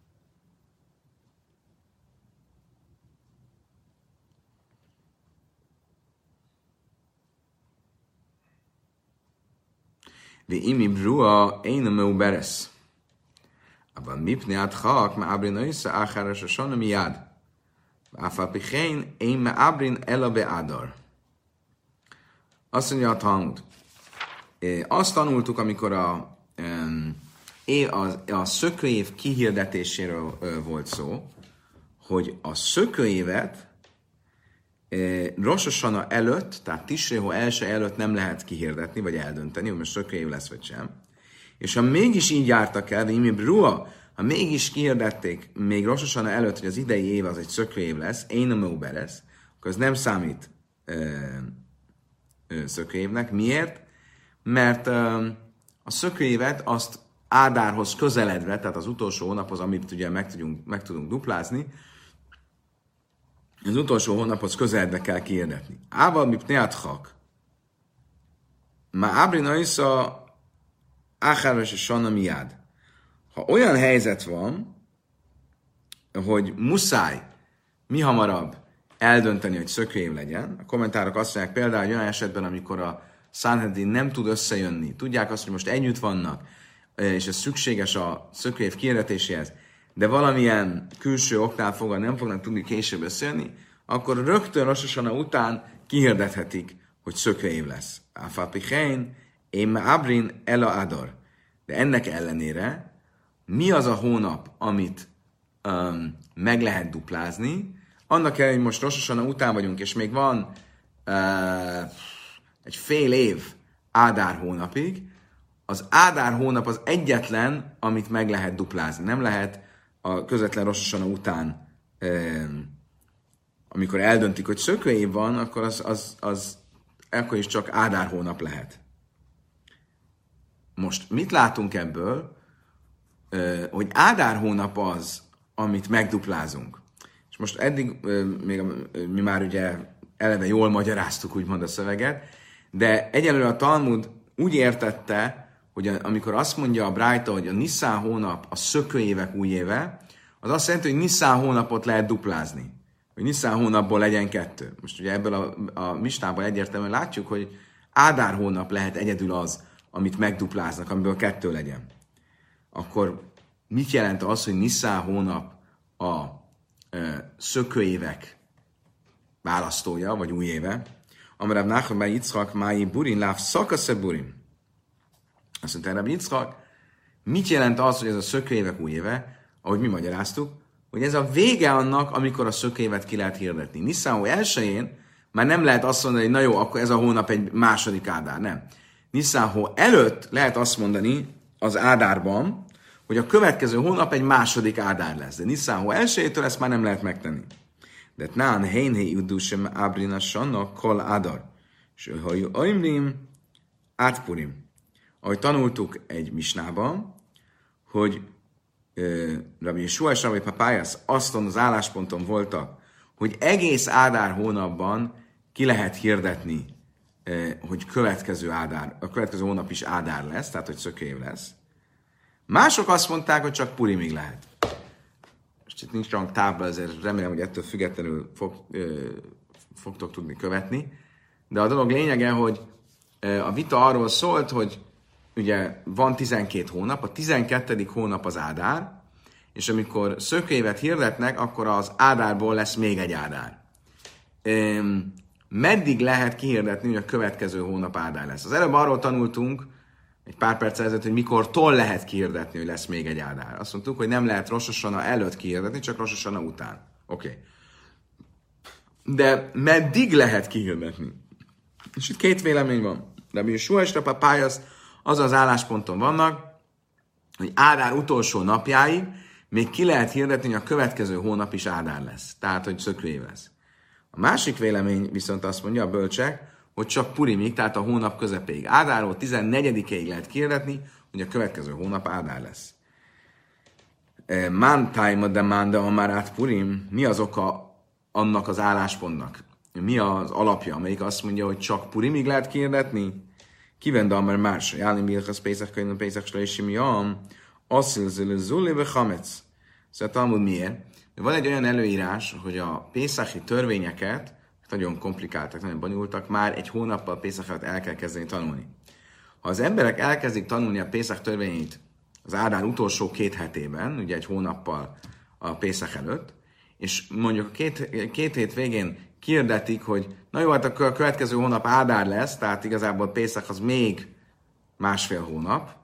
Speaker 1: Vi imi brua, én a meu beres. Abban mipni át hak, me ábrén össze, áháras a sanna miád. Áfá pichén, én me ábrén ela beádar. Azt mondja a Talmud. Azt tanultuk, amikor a, a, a szökőév kihirdetéséről volt szó, hogy a szökőévet Rosh Hashanah előtt, tehát Tisré hó első előtt nem lehet kihirdetni, vagy eldönteni, hogy most szökőév lesz, vagy sem. És ha mégis így jártak el, imi brua, ha mégis kihirdették még Rosh Hashanah előtt, hogy az idei év az egy szökőév lesz, én a meu beres, akkor ez nem számít ö, ö, szökőévnek. Miért? Mert ö, a szökőévet azt Ádárhoz közeledve, tehát az utolsó hónaphoz, amit ugye meg, tudjunk, meg tudunk duplázni, az utolsó hónaphoz közeledve kell kihirdetni. Ával mi pneátchak. Ma ábrina isza áháros és sanna miád. Ha olyan helyzet van, hogy muszáj mi hamarabb eldönteni, hogy szökőév legyen, a kommentárok azt mondják például, hogy olyan esetben, amikor a Sanhedrin nem tud összejönni, tudják azt, hogy most együtt vannak, és ez szükséges a szökőév kihirdetéséhez, de valamilyen külső oknál fogva nem fognak tudni később összejönni, akkor rögtön Rosh Hashanah után kihirdethetik, hogy szökőév lesz. Áfápichén, én me ábrin ela adar. De ennek ellenére mi az a hónap, amit um, meg lehet duplázni? Annak ellenére, hogy most Rosh Hashanah után vagyunk, és még van uh, egy fél év Ádár hónapig, az Ádár hónap az egyetlen, amit meg lehet duplázni. Nem lehet a közvetlen Rosh Hashanah után, um, amikor eldöntik, hogy szökőév van, akkor az, az, az akkor is csak Ádár hónap lehet. Most mit látunk ebből? Hogy Ádár hónap az, amit megduplázunk. És most eddig még mi már ugye eleve jól magyaráztuk, úgymond a szöveget, de egyelőre a Talmud úgy értette, hogy amikor azt mondja a Brájta, hogy a Niszán hónap a szökőévek új éve, az azt jelenti, hogy Niszán hónapot lehet duplázni. Hogy Niszán hónapból legyen kettő. Most ugye ebből a, a mistából egyértelműen látjuk, hogy Ádár hónap lehet egyedül az, amit megdupláznak, amiből kettő legyen. Akkor mit jelent az, hogy Niszán hónap a e, szökőévek választója, vagy új éve? Amarabb Nachman ben Yitzchak, Mái Burin, Láv Szakasze Burin. Azt mondta, Rabbi Yitzchak, Mit jelent az, hogy ez a szökőévek új éve? Ahogy mi magyaráztuk, hogy ez a vége annak, amikor a szökőévet ki lehet hirdetni. Nisztán elsején már nem lehet azt mondani, hogy na jó, akkor ez a hónap egy második ádár. Nem. Nisztán előtt lehet azt mondani az ádárban, hogy a következő hónap egy második ádár lesz. De Nisztán elsejétől ezt már nem lehet megtenni. De nán hénhé udusem ábrina sanna kol ádar. És hogy oimrim átpurim. Ahogy tanultuk egy misnában, hogy uh, Rabbi Yeshua és Rabbi Papályász azton az állásponton voltak, hogy egész ádár hónapban ki lehet hirdetni, uh, hogy következő ádár, a következő hónap is ádár lesz, tehát hogy szökőév lesz. Mások azt mondták, hogy csak purimig lehet. Most itt nincs csak tábla, ezért remélem, hogy ettől függetlenül fog, uh, fogtok tudni követni. De a dolog lényege, hogy uh, a vita arról szólt, hogy ugye van tizenkét hónap, a tizenkettedik hónap az ádár, és amikor szökőévet hirdetnek, akkor az ádárból lesz még egy ádár. Ehm, meddig lehet kihirdetni, hogy a következő hónap ádár lesz? Az előbb arról tanultunk egy pár perc ezelőtt, hogy mikortól lehet kihirdetni, hogy lesz még egy ádár. Azt mondtuk, hogy nem lehet Rosh Hasana előtt kihirdetni, csak Rosh Hasana után. Oké. Okay. De meddig lehet kihirdetni? És itt két vélemény van. Rabbi Yeshua és Rabbi Papályász az az állásponton vannak, hogy ádár utolsó napjáig még ki lehet hirdetni, hogy a következő hónap is ádár lesz. Tehát, hogy szökőév lesz. A másik vélemény viszont azt mondja a bölcsek, hogy csak purimig, tehát a hónap közepéig. Ádárról tizennegyedikéig lehet kihirdetni, hogy a következő hónap ádár lesz. Man tájma de man de amarát purim. Mi az oka annak az álláspontnak? Mi az alapja, amelyik azt mondja, hogy csak purimig lehet kihirdetni? Kivende amar más, jálim bilchasz pészak könyvön pészak slejsim jam, asszil zülő zulébe hamec. Szóval Talmud miért? Van egy olyan előírás, hogy a pészachi törvényeket, nagyon komplikáltak, nagyon bonyolultak, már egy hónappal Pészak előtt el kell kezdeni tanulni. Ha az emberek elkezdik tanulni a Pészak törvényeit az ádár utolsó két hetében, ugye egy hónappal a Pészak előtt, és mondjuk a két, két hét végén kiirdetik, hogy na jó, hát a következő hónap ádár lesz, tehát igazából Pészak az még másfél hónap.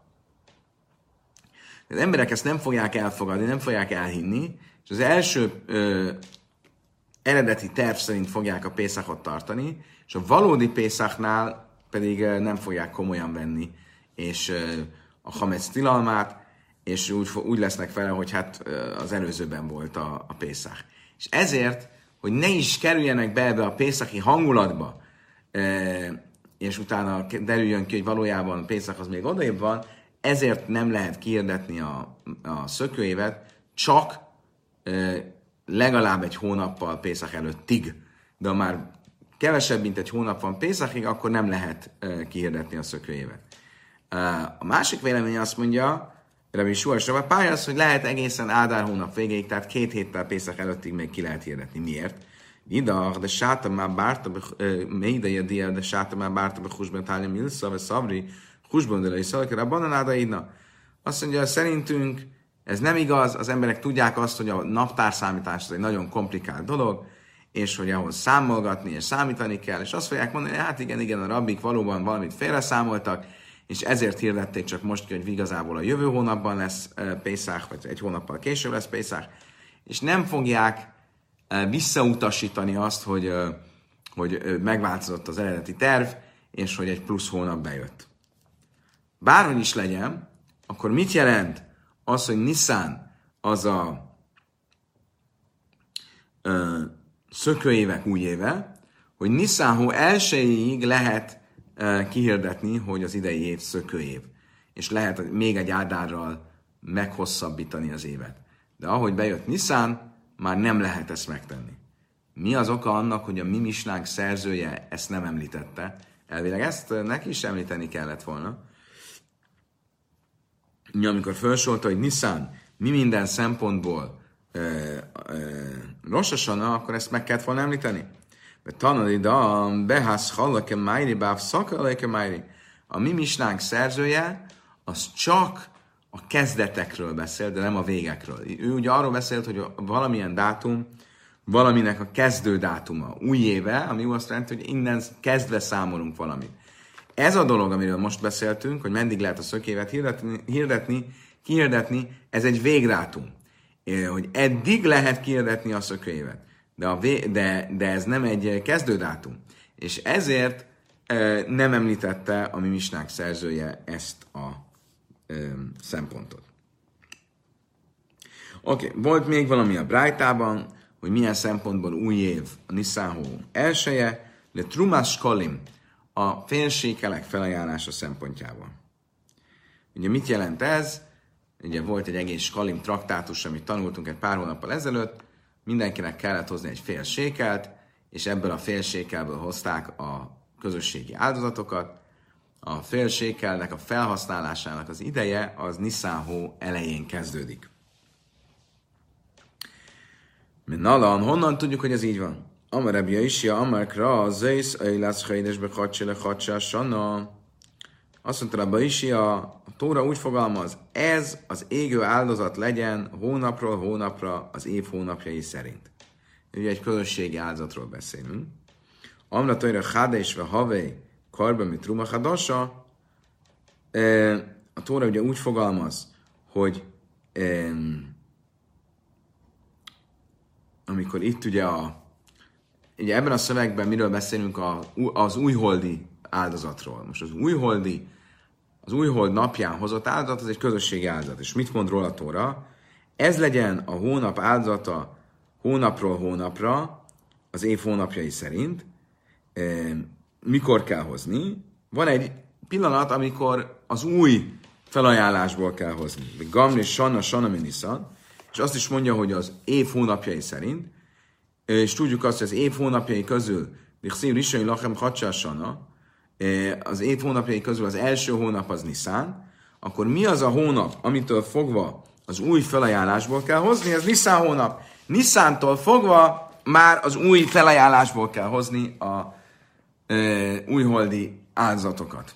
Speaker 1: Az emberek ezt nem fogják elfogadni, nem fogják elhinni, és az első ö, eredeti terv szerint fogják a Pészakot tartani, és a valódi Pészaknál pedig ö, nem fogják komolyan venni, és ö, a hamec tilalmát, és úgy, úgy lesznek vele, hogy hát ö, az előzőben volt a, a Pészak. És ezért, hogy ne is kerüljenek be ebbe a pészaki hangulatba, és utána derüljön ki, hogy valójában a Pészak az még odébb van, ezért nem lehet kihirdetni a, a szökőévet, csak legalább egy hónappal Pészak előttig. De ha már kevesebb, mint egy hónap van Pészakig, akkor nem lehet kihirdetni a szökőévet. A másik vélemény azt mondja, Rabbi Yeshua és Rabbi Papályász, hogy lehet egészen ádár hónap végéig, tehát két héttel Pészak előttig még ki lehet hirdetni. Miért? Ida, de sáta már bárta, médeje dia, de sáta már bárta be húsban tálja milsza, vagy szabri, húsban de szalakra, a bananáda idna. Azt mondja, szerintünk ez nem igaz, az emberek tudják azt, hogy a naptárszámítás az egy nagyon komplikált dolog, és hogy ahhoz számolgatni és számítani kell, és azt fogják mondani, hogy hát igen, igen, a rabbik valóban valamit félreszámoltak, és ezért hirdették csak most ki, hogy igazából a jövő hónapban lesz Pészak, vagy egy hónappal később lesz Pészak, és nem fogják visszautasítani azt, hogy, hogy megváltozott az eredeti terv, és hogy egy plusz hónap bejött. Bárhogy is legyen, akkor mit jelent az, hogy Niszán az a ö, szökőévek új éve, hogy Niszán hó elsőjéig lehet kihirdetni, hogy az idei év szökőév, és lehet még egy ádárral meghosszabbítani az évet. De ahogy bejött Niszán, már nem lehet ezt megtenni. Mi az oka annak, hogy a mi misnánk szerzője ezt nem említette? Elvileg ezt neki is említeni kellett volna. Amikor felsorolta, hogy Niszán mi minden szempontból Rosh Hasana, akkor ezt meg kellett volna említeni. Tanadi da behász hallake májri, báv szakalake májri. A mi misnánk szerzője, az csak a kezdetekről beszél, de nem a végekről. Ő ugye arról beszélt, hogy valamilyen dátum, valaminek a kezdő dátuma, új éve, ami azt jelenti, hogy innen kezdve számolunk valamit. Ez a dolog, amiről most beszéltünk, hogy meddig lehet a szökőévet hirdetni, hirdetni, kihirdetni, ez egy végdátum. Hogy eddig lehet kihirdetni a szökőévet, de, a vé- de, de ez nem egy kezdődátum. És ezért e, nem említette a mi misnánk szerzője ezt a e, szempontot. Oké, okay. Volt még valami a Brájtában, hogy milyen szempontból új év a Niszán hó elsője, de Trumás Skolim a félsékelek felajánlása szempontjából. Ugye mit jelent ez? Ugye volt egy egész Skolim traktátus, amit tanultunk egy pár hónappal ezelőtt, mindenkinek kellett hozni egy fél sékelt, és ebből a fél sékelből hozták a közösségi áldozatokat. A fél sékelnek a felhasználásának az ideje az Niszán hó elején kezdődik. Nalan, honnan tudjuk, hogy ez így van? Amar Rabbi Yishia, Amar Kra, Zész, Eilász, Hajdesbe, Hacsile, Hacsá, Sanna. Azt mondta Rabbi Yishia, a Tóra úgy fogalmaz, ez az égő áldozat legyen hónapról hónapra az év hónapjai szerint. Ugye egy közösségi áldozatról beszélünk. Amra Tóra, Hádesve, Havej, Karba, mit Truma, Hadasa. A Tóra ugye úgy fogalmaz, hogy amikor itt ugye a ugye ebben a szövegben miről beszélünk a, az újholdi áldozatról. Most az újholdi, az újhold napján hozott áldozat, az egy közösségi áldozat. És mit mond róla a Tóra? Ez legyen a hónap áldozata hónapról hónapra, az év hónapjai szerint. E, mikor kell hozni? Van egy pillanat, amikor az új felajánlásból kell hozni. Gamri, Sanna, Sanna, Miniszan. És azt is mondja, hogy az év hónapjai szerint, és tudjuk azt, hogy az év hónapjai közül, az év hónapjai közül az első hónap az Niszán, akkor mi az a hónap, amitől fogva az új felajánlásból kell hozni? Ez Niszán hónap. Niszántól fogva már az új felajánlásból kell hozni a e, újholdi áldozatokat.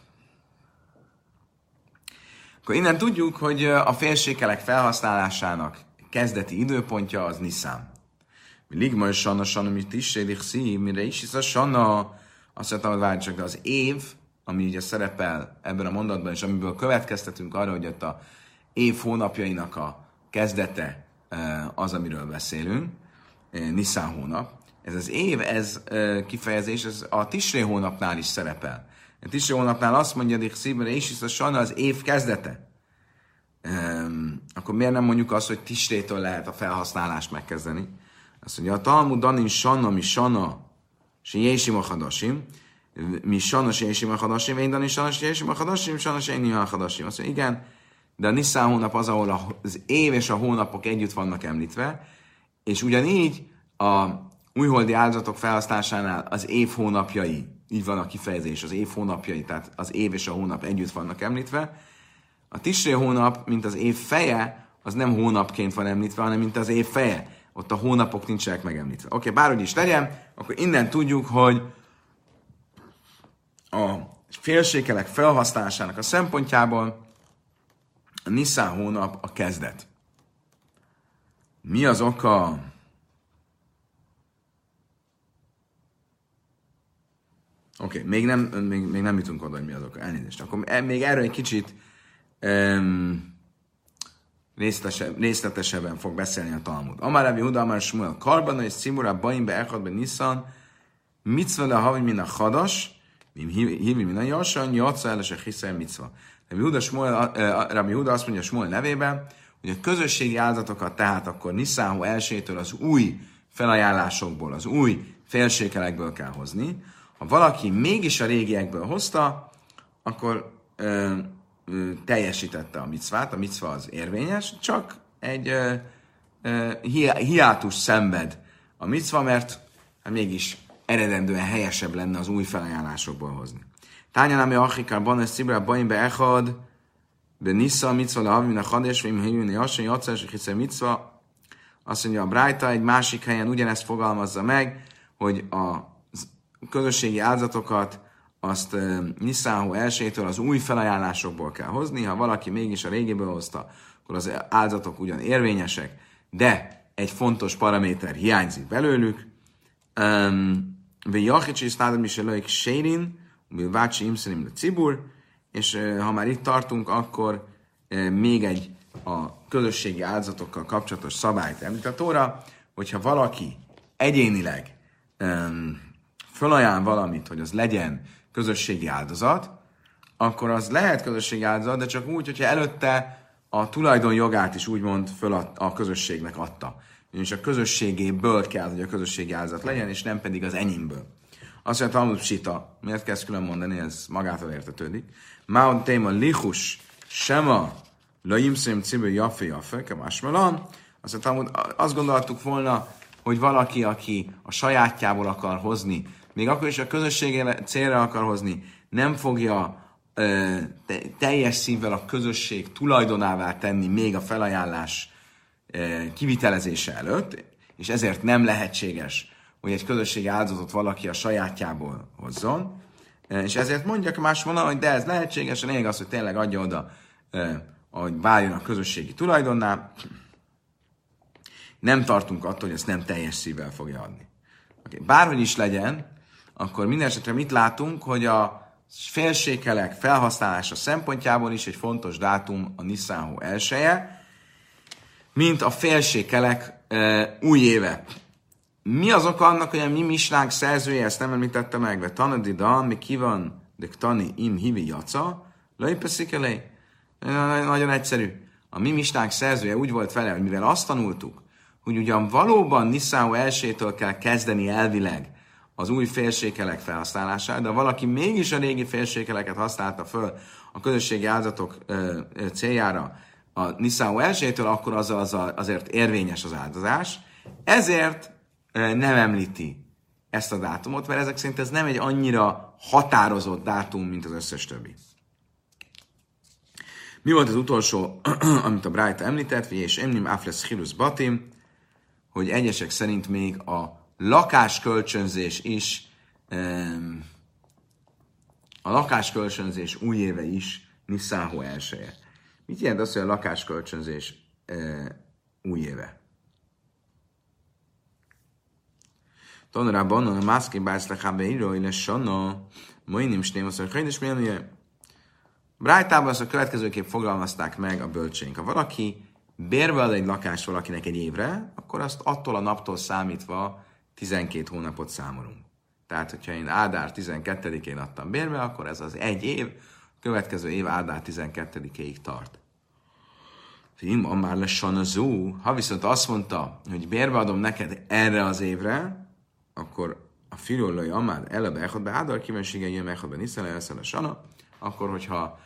Speaker 1: Akkor innen tudjuk, hogy a félsékelek felhasználásának kezdeti időpontja az Niszán. Ligma és Sanna, Sanna, mit is sédik szív, mire is hisz a Sanna, azt mondtam, hogy várj csak, de az év, ami ugye szerepel ebben a mondatban, és amiből következtetünk arra, hogy ott a év hónapjainak a kezdete az, amiről beszélünk, Niszán hónap. Ez az év, ez kifejezés, ez a Tisré hónapnál is szerepel. A Tisré hónapnál azt mondja, hogy szívre is hisz a Sanna az év kezdete. Um, akkor miért nem mondjuk azt, hogy Tisrétől lehet a felhasználást megkezdeni? Azt mondja, a Talmud Danin Sanna, mi Sanna, si Jésim a Hadasim, mi Sanna, si Jésim a Hadasim, én Danin Sanna, si Jésim a Hadasim, Sanna, si Jésim a Hadasim. Azt mondja, igen, de a Niszán hónap az, ahol az év és a hónapok együtt vannak említve, és ugyanígy a újholdi áldozatok felhasználásánál az év hónapjai, így van a kifejezés, az év hónapjai, tehát az év és a hónap együtt vannak említve. A Tisré hónap, mint az év feje, az nem hónapként van említve, hanem mint az év feje. Ott a hónapok nincsenek megemlítve. Oké, okay, bárhogy is legyen, akkor innen tudjuk, hogy a félsékelek felhasználásának a szempontjából a Niszán hónap a kezdet. Mi az oka? Oké, okay, még, nem, még, még nem jutunk oda, hogy mi az oka. Elnézést. Akkor még erről egy kicsit um, részletesebb, részletesebben fog beszélni a Talmud. Amár Rabbi Huda, Amár Shmuel, Karban és Cimura, Baimbe, Echadbe, Niszan, Mitzva le havi min a Hadas, hívi min a Jasan, Jatsa elesek hiszen Mitzva. Rabbi Huda, Shmuel, Rabbi Huda azt mondja Shmuel nevében, hogy a közösségi áldozatokat tehát akkor Niszán hó elsőjétől az új felajánlásokból, az új félsékelekből kell hozni. Ha valaki mégis a régiekből hozta, akkor ö, ö, teljesítette a micvát, a micva az érvényes, csak egy ö, ö, hiátus szenved a micva, mert hát mégis eredendően helyesebb lenne az új felajánlásokból hozni. Tányanámi achikár banes szibra baimbe echad, de Nisza micva le havi min a chades, vim hívni jasson, jatszás, hiszen micva. Azt mondja a Brájta, egy másik helyen ugyanezt fogalmazza meg, hogy a közösségi áldozatokat azt e, Niszán hó elsőjétől az új felajánlásokból kell hozni. Ha valaki mégis a régiből hozta, akkor az áldozatok ugyan érvényesek, de egy fontos paraméter hiányzik belőlük. Ve jachicsi sztádam is előik sérin, vácsi imszenim le cibur, és e, ha már itt tartunk, akkor e, még egy a közösségi áldozatokkal kapcsolatos szabályt említ a Tóra, hogyha valaki egyénileg um, fölajánl valamit, hogy az legyen közösségi áldozat, akkor az lehet közösségi áldozat, de csak úgy, hogyha előtte a tulajdonjogát is úgymond föl a, a közösségnek adta. És a közösségéből kell, hogy a közösségi áldozat legyen, és nem pedig az enyémből. Azt mondja, Talmud psita, miért kell ezt külön mondani, ez magától értetődik. Máon téma lichus, sema, laimszém cibő jafé jafé, kemásmelan. Azt mondja, Talmud, azt gondoltuk volna, hogy valaki, aki a sajátjából akar hozni, még akkor is a közösségére célra akar hozni, nem fogja ö, te, teljes szívvel a közösség tulajdonává tenni még a felajánlás ö, kivitelezése előtt, és ezért nem lehetséges, hogy egy közösségi áldozatot valaki a sajátjából hozzon, és ezért mondjak más volna, hogy de ez lehetséges, a lényeg az, hogy tényleg adja oda, hogy váljon a közösségi tulajdonná. Nem tartunk attól, hogy ezt nem teljes szívvel fogja adni. Okay. Bárhogy is legyen, akkor minden esetre mit látunk, hogy a félsékelek felhasználása szempontjából is egy fontos dátum a Niszán hó elseje, mint a félsékelek e, új éve. Mi az oka annak, hogy a mi misnánk szerzője ezt nem említette meg? Ve tanadi dan, mi ki van, de tani im hivi jaca, lőjpeszik elé. Nagyon egyszerű. A mi misnánk szerzője úgy volt vele, hogy mivel azt tanultuk, hogy ugyan valóban Niszán hó elsétől kell kezdeni elvileg az új félsékelek felhasználását, de valaki mégis a régi félsékeleket használta föl a közösségi áldozatok ö, ö, céljára a Niszán hó elsétől, akkor az, az, azért érvényes az áldozás. Ezért ö, nem említi ezt a dátumot, mert ezek szerint ez nem egy annyira határozott dátum, mint az összes többi. Mi volt az utolsó, amit a Brájta említett, és emnim afles chilus batim, hogy egyesek szerint még a lakáskölcsönzés is, a lakáskölcsönzés új éve is Niszán hó elseje. Mit jelent az, hogy a lakáskölcsönzés új éve? Tanulában a mászki bájszlekábe író, illes sanna, moinim snémosz, hogy hajdes mélnie. Brájtában azt a következőképp fogalmazták meg a bölcsénk. Ha valaki bérbe ad egy lakást valakinek egy évre, akkor azt attól a naptól számítva tizenkét hónapot számolunk. Tehát, hogyha én Ádár tizenkettedikén adtam bérbe, akkor ez az egy év, a következő év Ádár tizenkettedikéig tart. Film, már lessan az ú, ha viszont azt mondta, hogy bérbe adom neked erre az évre, akkor a filolai amád elebe echadbe Ádár kívánsége jön echadbe niszele elszele sana, akkor, hogyha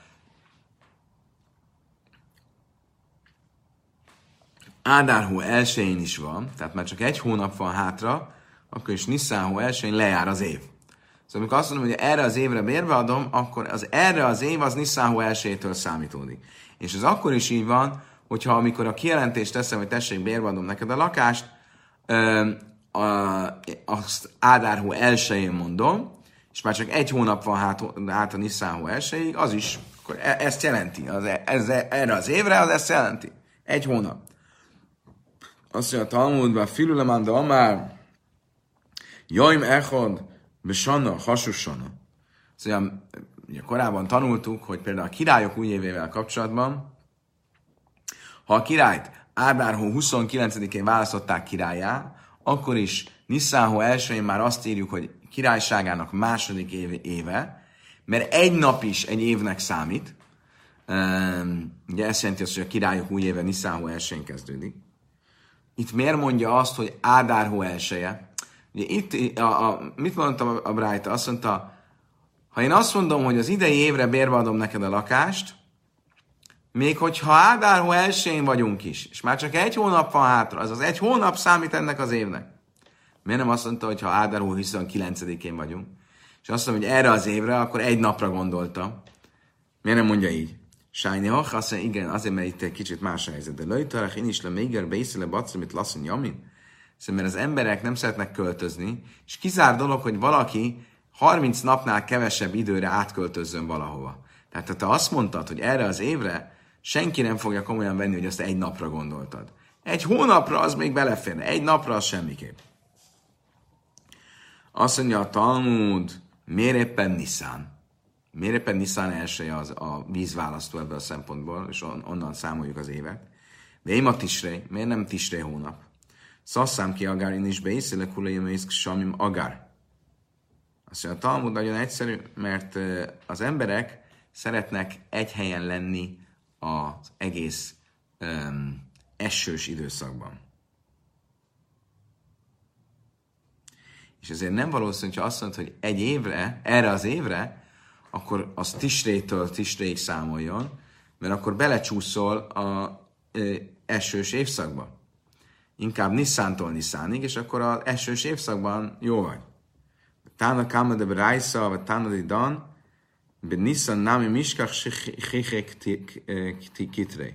Speaker 1: Ádár hó elsején is van, tehát már csak egy hónap van hátra, akkor is Niszán hó elsején lejár az év. Szóval amikor azt mondom, hogy erre az évre bérbe adom, akkor az erre az év az Niszán hó elsejétől számítódik. És ez akkor is így van, hogyha amikor a kijelentést teszem, hogy tessék, bérbe adom neked a lakást, ö, a, azt Ádár hó elsején mondom, és már csak egy hónap van hát, hát a Niszán hó elsejéig, az is, akkor e, ezt jelenti. Az, ez, erre az évre az ezt jelenti. Egy hónap. Azt mondja a Talmudban, Filulemán de Amár, Jaim Echad, Besanna, Hasussanna. Szóval ugye korábban tanultuk, hogy például a királyok újévével kapcsolatban, ha a királyt Ádár hó huszonkilencedikén választották királyá, akkor is Niszán hó elsején már azt írjuk, hogy királyságának második éve, éve, mert egy nap is egy évnek számít. Um, ugye ez jelenti azt, hogy a királyok új éve Niszán hó elsején kezdődik. Itt miért mondja azt, hogy Ádár hó elseje? Ugye itt, a, a, mit mondtam a, a Brájta? Azt mondta, ha én azt mondom, hogy az idei évre bérbe adom neked a lakást, még hogyha Ádár hó elsején vagyunk is, és már csak egy hónap van hátra, az az egy hónap számít ennek az évnek. Miért nem azt mondta, hogy ha Ádár hó huszonkilencedikén vagyunk, és azt mondom, hogy erre az évre, akkor egy napra gondolta. Miért nem mondja így? Sájni hoch, azt mondja, igen, azért, mert itt egy kicsit más a helyzet. De lőjtarach, én is le méger, beiszele, bacra, mit lasszony, jamin. Szóval, mert az emberek nem szeretnek költözni, és kizár dolog, hogy valaki harminc napnál kevesebb időre átköltözzön valahova. Tehát ha te azt mondtad, hogy erre az évre senki nem fogja komolyan venni, hogy azt egy napra gondoltad. Egy hónapra az még beleférne, egy napra az semmiképp. Azt mondja a Talmud, miért éppen Niszán? Miért éppen Nisztán elsője az a vízválasztó ebből a szempontból, és on, onnan számoljuk az évet. De én a Tisré, miért nem Tisré hónap? Szasszám ki Agár, én is beiszélek hullajömészk samim Agár. Azt mondja, a Talmud nagyon egyszerű, mert az emberek szeretnek egy helyen lenni az egész um, esős időszakban. És ezért nem valószínű, hogy azt mondod, hogy egy évre, erre az évre, akkor az Tisrétől Tisréig számoljon, mert akkor belecsúszol a ö, esős évszakba. Inkább Nisszántól Nisszánig, és akkor az esős évszakban jó vagy. Tána káma de berájsza, vagy tána de dan, be Nisszan námi miskach chichek kitré.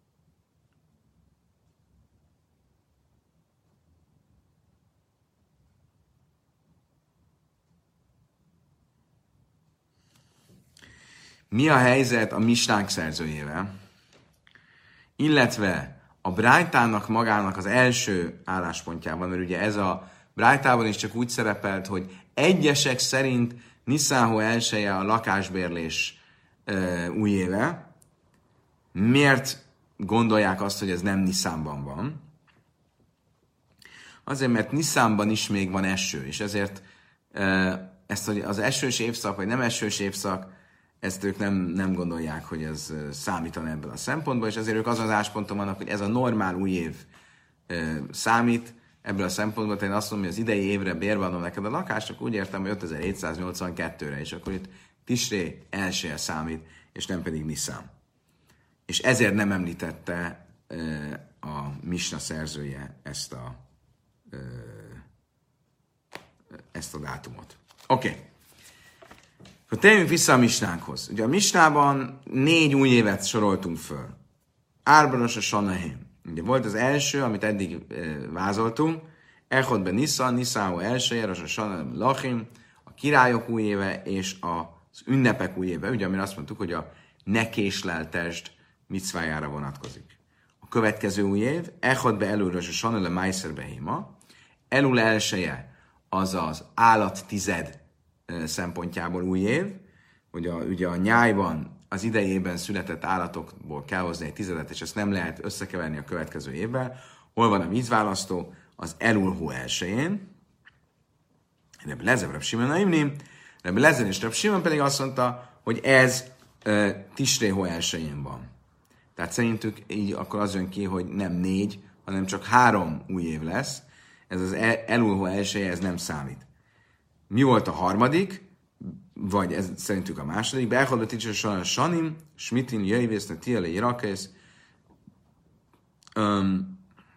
Speaker 1: Mi a helyzet a misnánk szerzőjével, illetve a Brájtának magának az első álláspontjában, mert ugye ez a Brájtában is csak úgy szerepelt, hogy egyesek szerint Niszánhó elsője a lakásbérlés e, új éve. Miért gondolják azt, hogy ez nem Niszánban van? Azért, mert Niszánban is még van eső, és ezért e, ezt az esős évszak, vagy nem esős évszak, ezt ők nem, nem gondolják, hogy ez számítan ebből a szempontból, és azért ők azon az állásponton vannak, hogy ez a normál új év e, számít, ebből a szempontból, én azt mondom, hogy az idei évre bérbe adom neked a lakást, akkor úgy értem, hogy ötezer-hétszáznyolcvankettőre, és akkor itt Tisré elsője számít, és nem pedig Niszán. És ezért nem említette e, a misna szerzője ezt a, e, ezt a dátumot. Oké. Okay. Akkor térjünk vissza a misnánkhoz. Ugye a misnában négy új évet soroltunk föl. Árbaros a Sanahim. Ugye volt az első, amit eddig e, vázoltunk, Echod ben Niszan, Niszánhó elsője, Rosh Hashanah Lachim, a királyok új éve és az ünnepek új éve, ugye amire azt mondtuk, hogy a ne késleltesd micvájára vonatkozik. A következő új év, Echod be Elul Rosh Hashanah le Meiser Behema, Elul elsője az az állat tized e, szempontjából új év, hogy a, ugye a nyájban az idejében született állatokból kell hozni egy tizedet, és ezt nem lehet összekeverni a következő évvel. Hol van a vízválasztó? Az Elul hó elsőjén. Rebbe Lezer, Reb Simon Naimni. Rebbe Lezer és Reb Simon pedig azt mondta, hogy ez uh, Tisré hó elsőjén van. Tehát szerintük így akkor az jön ki, hogy nem négy, hanem csak három új év lesz. Ez az Elul hó elsője, ez nem számít. Mi volt a harmadik? Vagy ez szerintük a második. Beelchodba ticsa a Sanim, Smitin, Jöjvésznek, Tiele, Irakész. Um,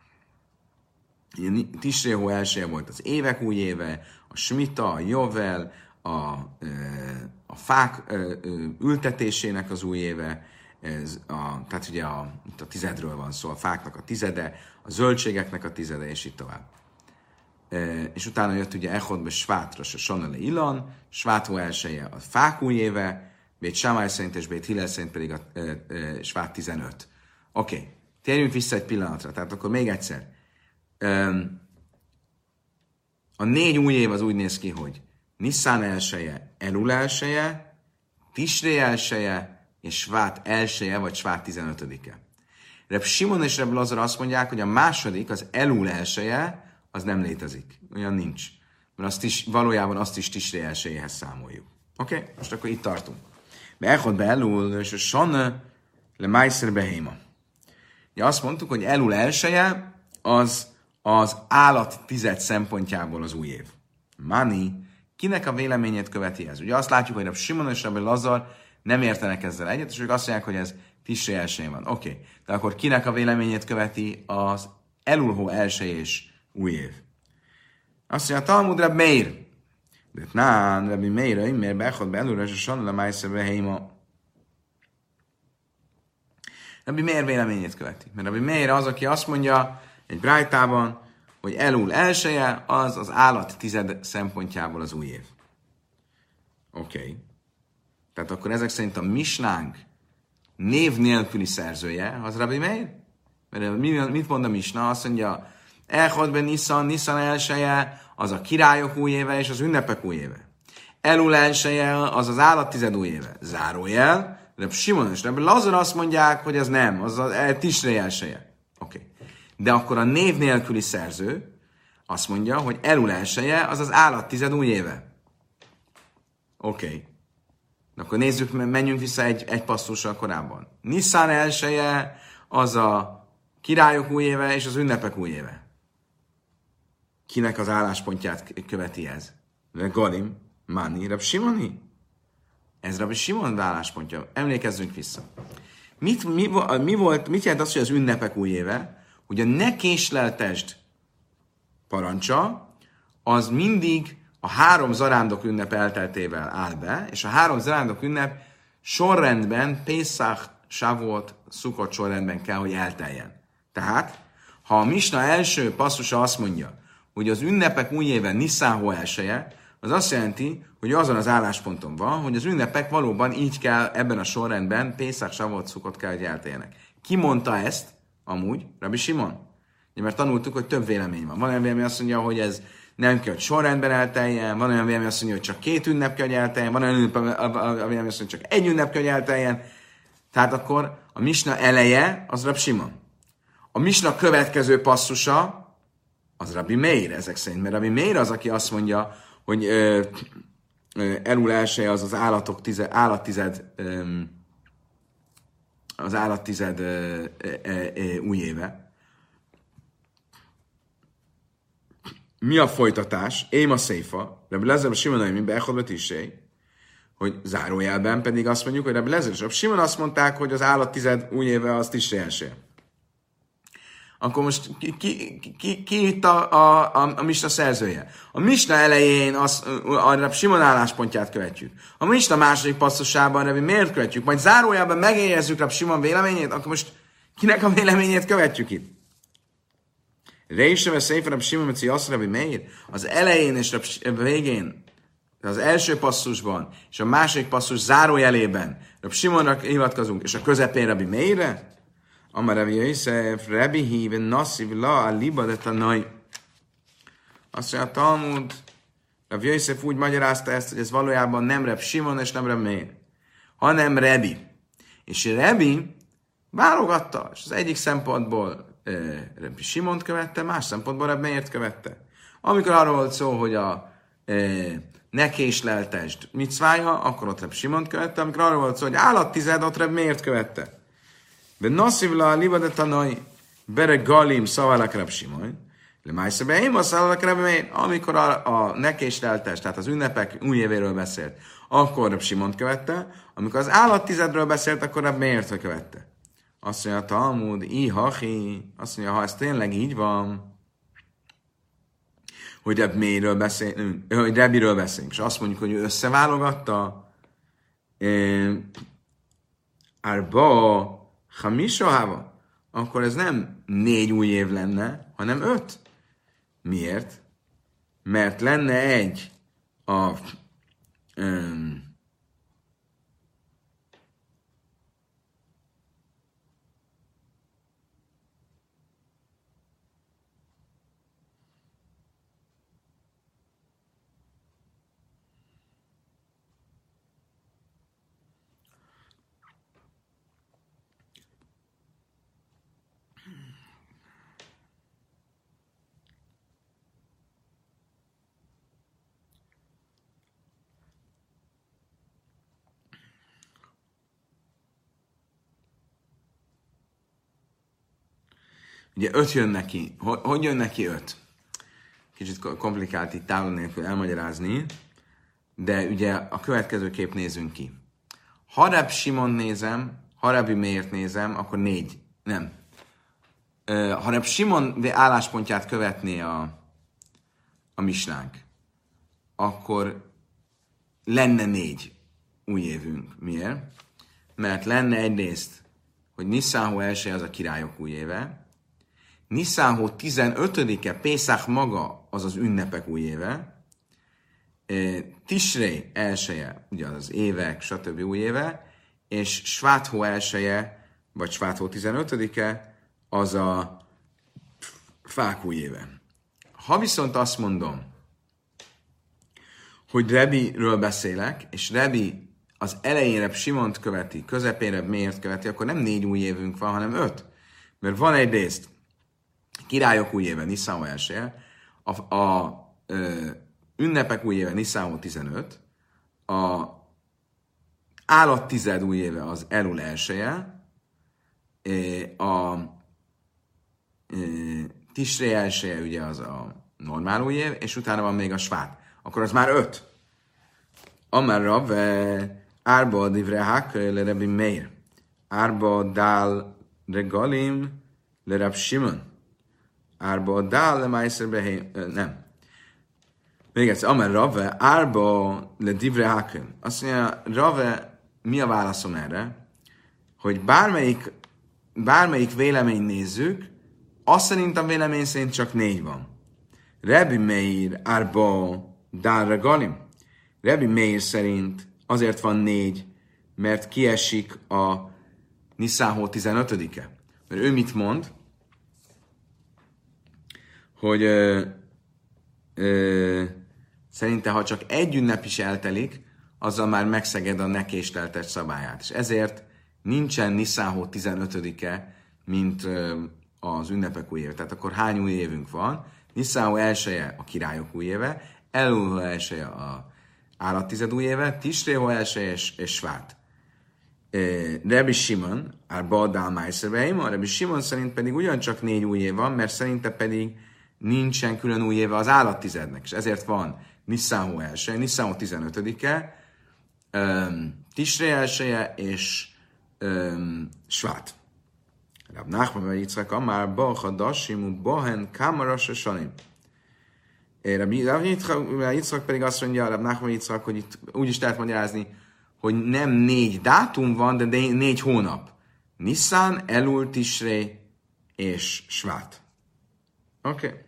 Speaker 1: Tisré hó elsője volt az évek új éve, a Smita, a Jovel, a, a fák ültetésének az új éve, ez a, tehát ugye a, itt a tizedről van szó, a fáknak a tizede, a zöldségeknek a tizede, és így tovább. És utána jött ugye Echodbe Svátros a Sanale Ilan, Svát hó elsője a fák új éve, Bét Sámály szerint és Bét Hillel szerint pedig a e, e, Svát tizenöt. Oké, okay. Térjünk vissza egy pillanatra, tehát akkor még egyszer. A négy új év az úgy néz ki, hogy Niszán elsője, Elul elsője, Tisré elsője, és Svát elsője, vagy Svát tizenötödike. Reb Simon és Reb Lazar azt mondják, hogy a második, az Elul elsője, az nem létezik. Olyan nincs. Mert azt is, valójában azt is Tisré elsőjéhez számoljuk. Oké? Okay? Most akkor itt tartunk. Beechod be Elul, és a Sanne le Meiser Behema. Ja, azt mondtuk, hogy Elul elsője az az állat tized szempontjából az új év. Mani, kinek a véleményét követi ez? Ugye azt látjuk, hogy a Simon és a Lazar nem értenek ezzel egyet, és ők azt mondják, hogy ez Tisré elsőjén van. Oké, okay. De akkor kinek a véleményét követi az Elul hó elsőjés új év? Azt mondja, a Talmud Reb Meir. De nán, Rebbi Meir, miért beechod be Elul, és a Sanne le Meiser Behema. Rebbi Meir véleményét követi. Mert Rebbi Meir az, aki azt mondja egy brájtában, hogy Elul elsője, az az állat tized szempontjából az új év. Oké. Okay. Tehát akkor ezek szerint a misnánk név nélküli szerzője, az Rebbi Meir? Mert mit mond a misna? Azt mondja, Echod ben Niszan, Niszan elsője, az a királyok új éve és az ünnepek új éve. Elul elsője az az állat tized új éve. Zárójel, Reb Simon és Reb Lazar azt mondják, hogy ez nem, az a Tisrei elsője. Oké. Okay. De akkor a név nélküli szerző azt mondja, hogy Elul elsője az az állat tized új éve. Oké. Okay. Akkor nézzük, menjünk vissza egy, egy passzussal korábban. Nisztán elsője az a királyok új éve és az ünnepek új éve. Kinek az álláspontját követi ez? Galim, Mani, Rab Simoni? Ez Rabbi Simon álláspontja. Emlékezzünk vissza. Mit, mi, mi volt, mit jelent az, hogy az ünnepek új éve? Hogy a ne késleltesd parancsa, az mindig a három zarándok ünnep elteltével áll be, és a három zarándok ünnep sorrendben, Pészach, Shavuot, Szukot sorrendben kell, hogy elteljen. Tehát, ha a Misna első passzusa azt mondja, hogy az ünnepek új éve Nisztán elsője, az azt jelenti, hogy azon az állásponton van, hogy az ünnepek valóban így kell ebben a sorrendben, Pészach, Shavuot, Szukot kell, hogy elteljenek. Ki mondta ezt? Amúgy Rabbi Simon. Mert tanultuk, hogy több vélemény van. Van olyan vélemény, azt mondja, hogy ez nem kell, hogy sorrendben elteljen, van olyan vélemény, azt mondja, hogy csak két ünnep kell, hogy elteljen, van olyan vélemény, azt mondja, hogy csak egy ünnep kell, hogy elteljen. Tehát akkor a Misna eleje az Rabbi Simon. A Misna következő passzusa az Rabbi Meir ezek szerint, mert Rabbi Meir az, aki azt mondja, hogy ö, ö, Elul elsője az az állatok tized, állattized, ö, az állattized ö, ö, ö, ö, új éve. Mi a folytatás? Ém a széfa, Rabbi Lezer a Simon Aimi bechodva tisé, hogy zárójelben pedig azt mondjuk, hogy Rabbi Lezer és Rabbi Simon azt mondták, hogy az állattized új éve az tisé elsője. Akkor most ki, ki, ki, ki itt a, a, a, a Misna szerzője? A Misna elején az, a Reb Simon álláspontját követjük. A Misna második passzusában Rebbi miért követjük? Majd zárójában megérjezzük Reb Simon véleményét, akkor most kinek a véleményét követjük itt? Reiseve Széfer Reb Simon Meci Assz Rebbi Meir az elején és Reb végén, az első passzusban és a második passzus zárójelében Reb Simonra hivatkozunk, és a közepén Rebbi Meirre? Amar Rabbi Yosef, Rabbi híven nassziv la a liba de tanai. Azt mondja, a Talmud, Rabbi Yosef úgy magyarázta ezt, hogy ez valójában nem Reb Simon és nem Reb Meir, hanem Rebi. És Rebi válogatta, és az egyik szempontból e, Rabbi Simont követte, más szempontból Reb Meirt követte. Amikor arról volt szó, hogy a e, ne késleltesd micvája, akkor ott Reb Simont követte, amikor arról volt szó, hogy állattized, ott Reb Meirt követte. De nassziv la a liba de tanai, bere galim szavalak Reb Simon, le májsze beim a szavalak Reb Meir, amikor a, a ne késleltesd, tehát az ünnepek új évéről beszélt, akkor Reb Simont követte, amikor az állattizedről beszélt, akkor Reb Meirt követte. Azt mondja a Talmud, ihachi, azt mondja, ha ez tényleg így van, hogy Reb Meirről beszélünk, hogy Rebiről beszélünk, és azt mondjuk, hogy ő összeválogatta, eh, Arba, Hamisha Hava, akkor ez nem négy új év lenne, hanem öt. Miért? Mert lenne egy a um, ugye öt jön neki. Hogy jön neki öt? Kicsit komplikált itt távol nélkül elmagyarázni, de ugye a következő kép nézünk ki. Ha Reb Simon nézem, ha Rebbi Meért nézem, akkor négy. Nem. Ha Reb Simon álláspontját követné a, a misnánk, akkor lenne négy új évünk. Miért? Mert lenne egyrészt, hogy Nisztán első az a királyok új éve, Nisztán tizenötödike, Pészach maga, az az ünnepek új éve, Tisrei elsője, ugye az évek, stb. Új éve, és Sváthó elsője, vagy Sváthó tizenötödike, az a fák új éve. Ha viszont azt mondom, hogy Rebiről beszélek, és Rebi az elejére Simont követi, közepére miért követi, akkor nem négy új évünk van, hanem öt. Mert van egyrészt királyok új éve, Nisztán elsője, a, a ö, ünnepek új éve, Nisztán tizenöt, a állattized új éve az Elul elsője, a Tisré elsője ugye az a normál új év, és utána van még a Svát. Akkor az már öt. Amár Rav, Árba divre hák le Rebi Meir. Árba dál regalim le Rab Shimon. Árba dál le Meiser Beheim. Nem. Még egyszer, Amár Rav, Árba le divre hák. Azt mondja, Rav, mi a válaszom erre? Hogy bármelyik, bármelyik vélemény nézzük, azt szerint a vélemény szerint csak négy van. Rebi Meir, Árba dál regalim. Rebi Meir szerint azért van négy, mert kiesik a Nisztán tizenötödike. Mert ő mit mond? Hogy ö, ö, szerinte, ha csak egy ünnep is eltelik, azzal már megszeged a ne késleltet szabályát. És ezért nincsen Nisztán tizenötödike, mint ö, az ünnepek új éve. Tehát akkor hány új évünk van? Nisztán elsője a királyok új éve, Elul elsője a állattized új éve, Tisrého elsője és, és Svát. Rebi Simon, Árba dál Meiser Beheim, a Rebi Simon szerint pedig ugyancsak négy új év van, mert szerinte pedig nincsen külön új éve az állattizednek, és ezért van Nisztán elsője, Nisztán tizenötödike, um, Tisré elsője és um, Svát. Rab Nachman ben Yitzchak amár ba chadasim u bohen kamara shesanim. Rab Yitzchak pedig azt mondja, Rab Nachman ben Yitzchak, hogy itt úgy is lehet magyarázni, hogy nem négy dátum van, de négy hónap. Nisztán, Elul, Tisré és Svát. Oké. Okay.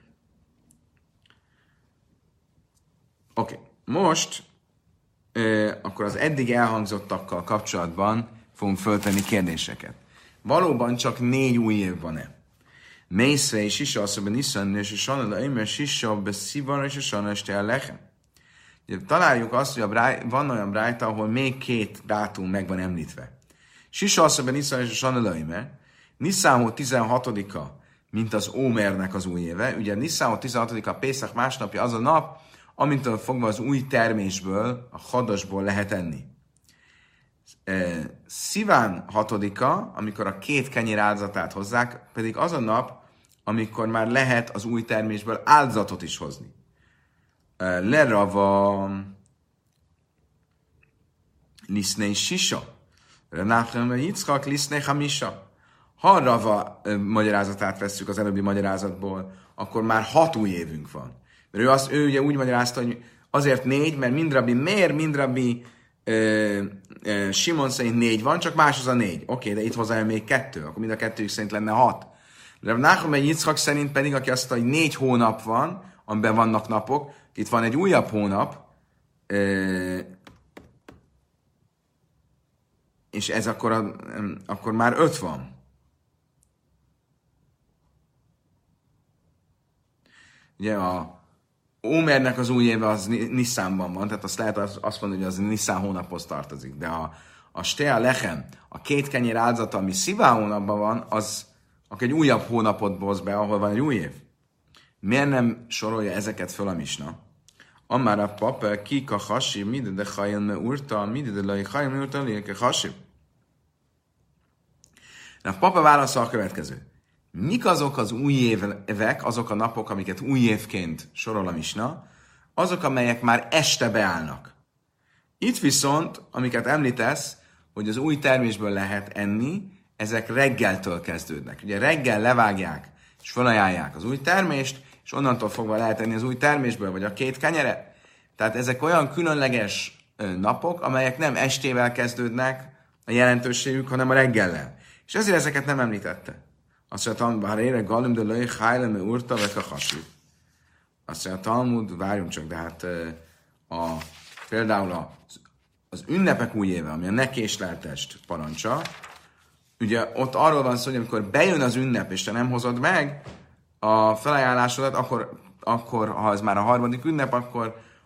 Speaker 1: Oké. Okay. Most euh, akkor az eddig elhangzottakkal kapcsolatban fogunk föltenni kérdéseket. Valóban csak négy új év van-e? Mészre és Sisa, azt mondja, Nisztán és Sanada, Imer Sisa, Beszivara és Sana este a Lechem. Találjuk azt, hogy a bráj, van olyan brájta, ahol még két dátum meg van említve. Sisa azt mondja, Nisztán és Sanada, Imer. Nisztán tizenhatodika, mint az Ómernek az új éve. Ugye Nisztán tizenhatodika, Pészak másnapja az a nap, amintől fogva az új termésből, a hadasból lehet enni. Sziván hatodika, amikor a két kenyér áldozatát hozzák, pedig az a nap, amikor már lehet az új termésből áldozatot is hozni. Lerava lisznei sisa, Renachem Yitzchak lisznei hamisha. Ha a Rava magyarázatát vesszük az előbbi magyarázatból, akkor már hat új évünk van. Mert ő, azt, ő ugye úgy magyarázta, hogy azért négy, mert mind Rabbi Meir, mind Rabbi Ö, ö, Simon szerint négy van, csak más az a négy. Oké, okay, de itt hozzá még kettő, akkor mind a kettőjük szerint lenne hat. De Nachman ben Yitzchak szerint pedig, aki azt mondja, hogy négy hónap van, amiben vannak napok, itt van egy újabb hónap, ö, és ez akkor, a, akkor már öt van. Ugye a Ómernek az új éve az Nisztánban van, tehát azt lehet azt mondani, hogy az Nisztán hónaphoz tartozik. De a, a Stea Lechem, a két kenyér áldozata, ami Szivá hónapban van, az akkor egy újabb hónapot hoz be, ahol van egy új év. Miért nem sorolja ezeket föl a misna? Amár a pap, ki a hasi, mide de hajjon me urta, mide de lai hajjon me urta, lieke hasi. A papa válasza a következő. Mik azok az új évek, azok a napok, amiket új évként sorol a misna, azok, amelyek már este beállnak. Itt viszont, amiket említesz, hogy az új termésből lehet enni, ezek reggeltől kezdődnek. Ugye reggel levágják és felajánlják az új termést, és onnantól fogva lehet enni az új termésből, vagy a két kenyeret. Tehát ezek olyan különleges napok, amelyek nem estével kezdődnek a jelentőségük, hanem a reggellel. És ezért ezeket nem említette. Azt mondja, hogy bár ére galim de löj hájle me urta vek a hasib. Azt mondja, Talmud, várjunk csak, de hát a, például az, az ünnepek új éve, ami a ne késleltest parancsa, ugye ott arról van szó, hogy amikor bejön az ünnep, és te nem hozod meg a felajánlásodat, akkor, akkor ha ez már a harmadik ünnep, akkor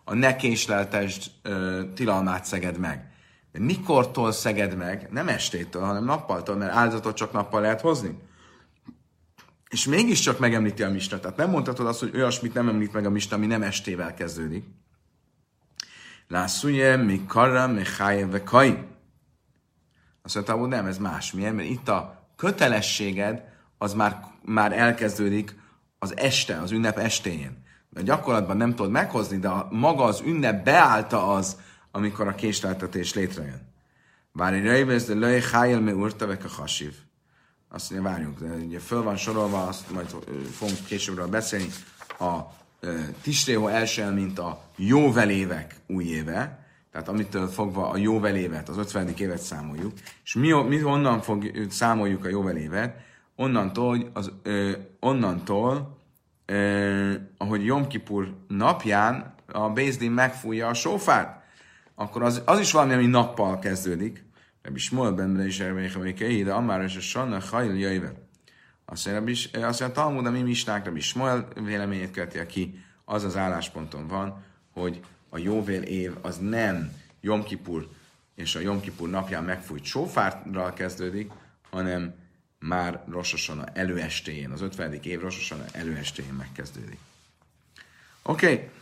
Speaker 1: a ne késleltesd ö, tilalmát szeged meg. De mikortól szeged meg? Nem estétől, hanem nappaltól, mert áldozatot csak nappal lehet hozni. És mégiscsak megemlíti a misna. Tehát nem mondhatod azt, hogy olyasmit nem említ meg a misna, ami nem estével kezdődik. Lászuje, mi karra, mi háje, ve kai. Azt mondta, hogy nem, ez más. Miért? Mert itt a kötelességed az már, már elkezdődik az este, az ünnep estéjén. Mert gyakorlatban nem tudod meghozni, de a, maga az ünnep beállta az, amikor a késleltetés létrejön. Bár egy rejvész, de löj hájel me urtavek a hasív. Azt mondja, várjunk, de ugye föl van sorolva, azt majd fogunk későbbről beszélni, a Tisréhó első, mint a jóvelévek új éve, tehát amitől fogva a jóvelévet, az ötvenedik évet számoljuk, és mi, mi honnan fog, számoljuk a jóvelévet? Onnantól, hogy az, ö, onnantól, ö, ahogy Jom Kipur napján a Bézdin megfújja a sófárt, akkor az, az is valami, ami nappal kezdődik. Rabbi Shmuel ben Bnei Zsermei, de Amár és a Sanna Hajl jöjve. Azt mondja, a Talmud, a mi misnák, Rabbi Shmuel véleményét követi ki, az az állásponton van, hogy a jóvél év az nem Jom Kipur és a Jom Kipur napján megfújt sófárral kezdődik, hanem már Rosh Hashanah előestéjén, az ötvenedik év Rosh Hashanah előestéjén megkezdődik. Oké. Okay.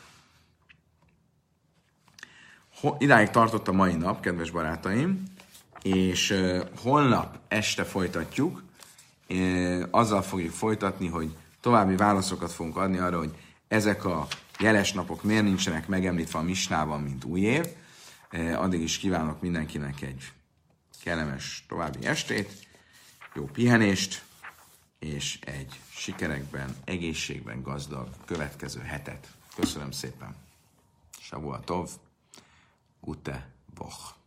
Speaker 1: Idáig tartott a mai nap, kedves barátaim, és uh, holnap este folytatjuk. Uh, azzal fogjuk folytatni, hogy további válaszokat fogunk adni arra, hogy ezek a jeles napok miért nincsenek megemlítve a misnában, mint új év. Uh, addig is kívánok mindenkinek egy kellemes további estét, jó pihenést, és egy sikerekben, egészségben gazdag következő hetet. Köszönöm szépen. Shavua tov, gute Woche.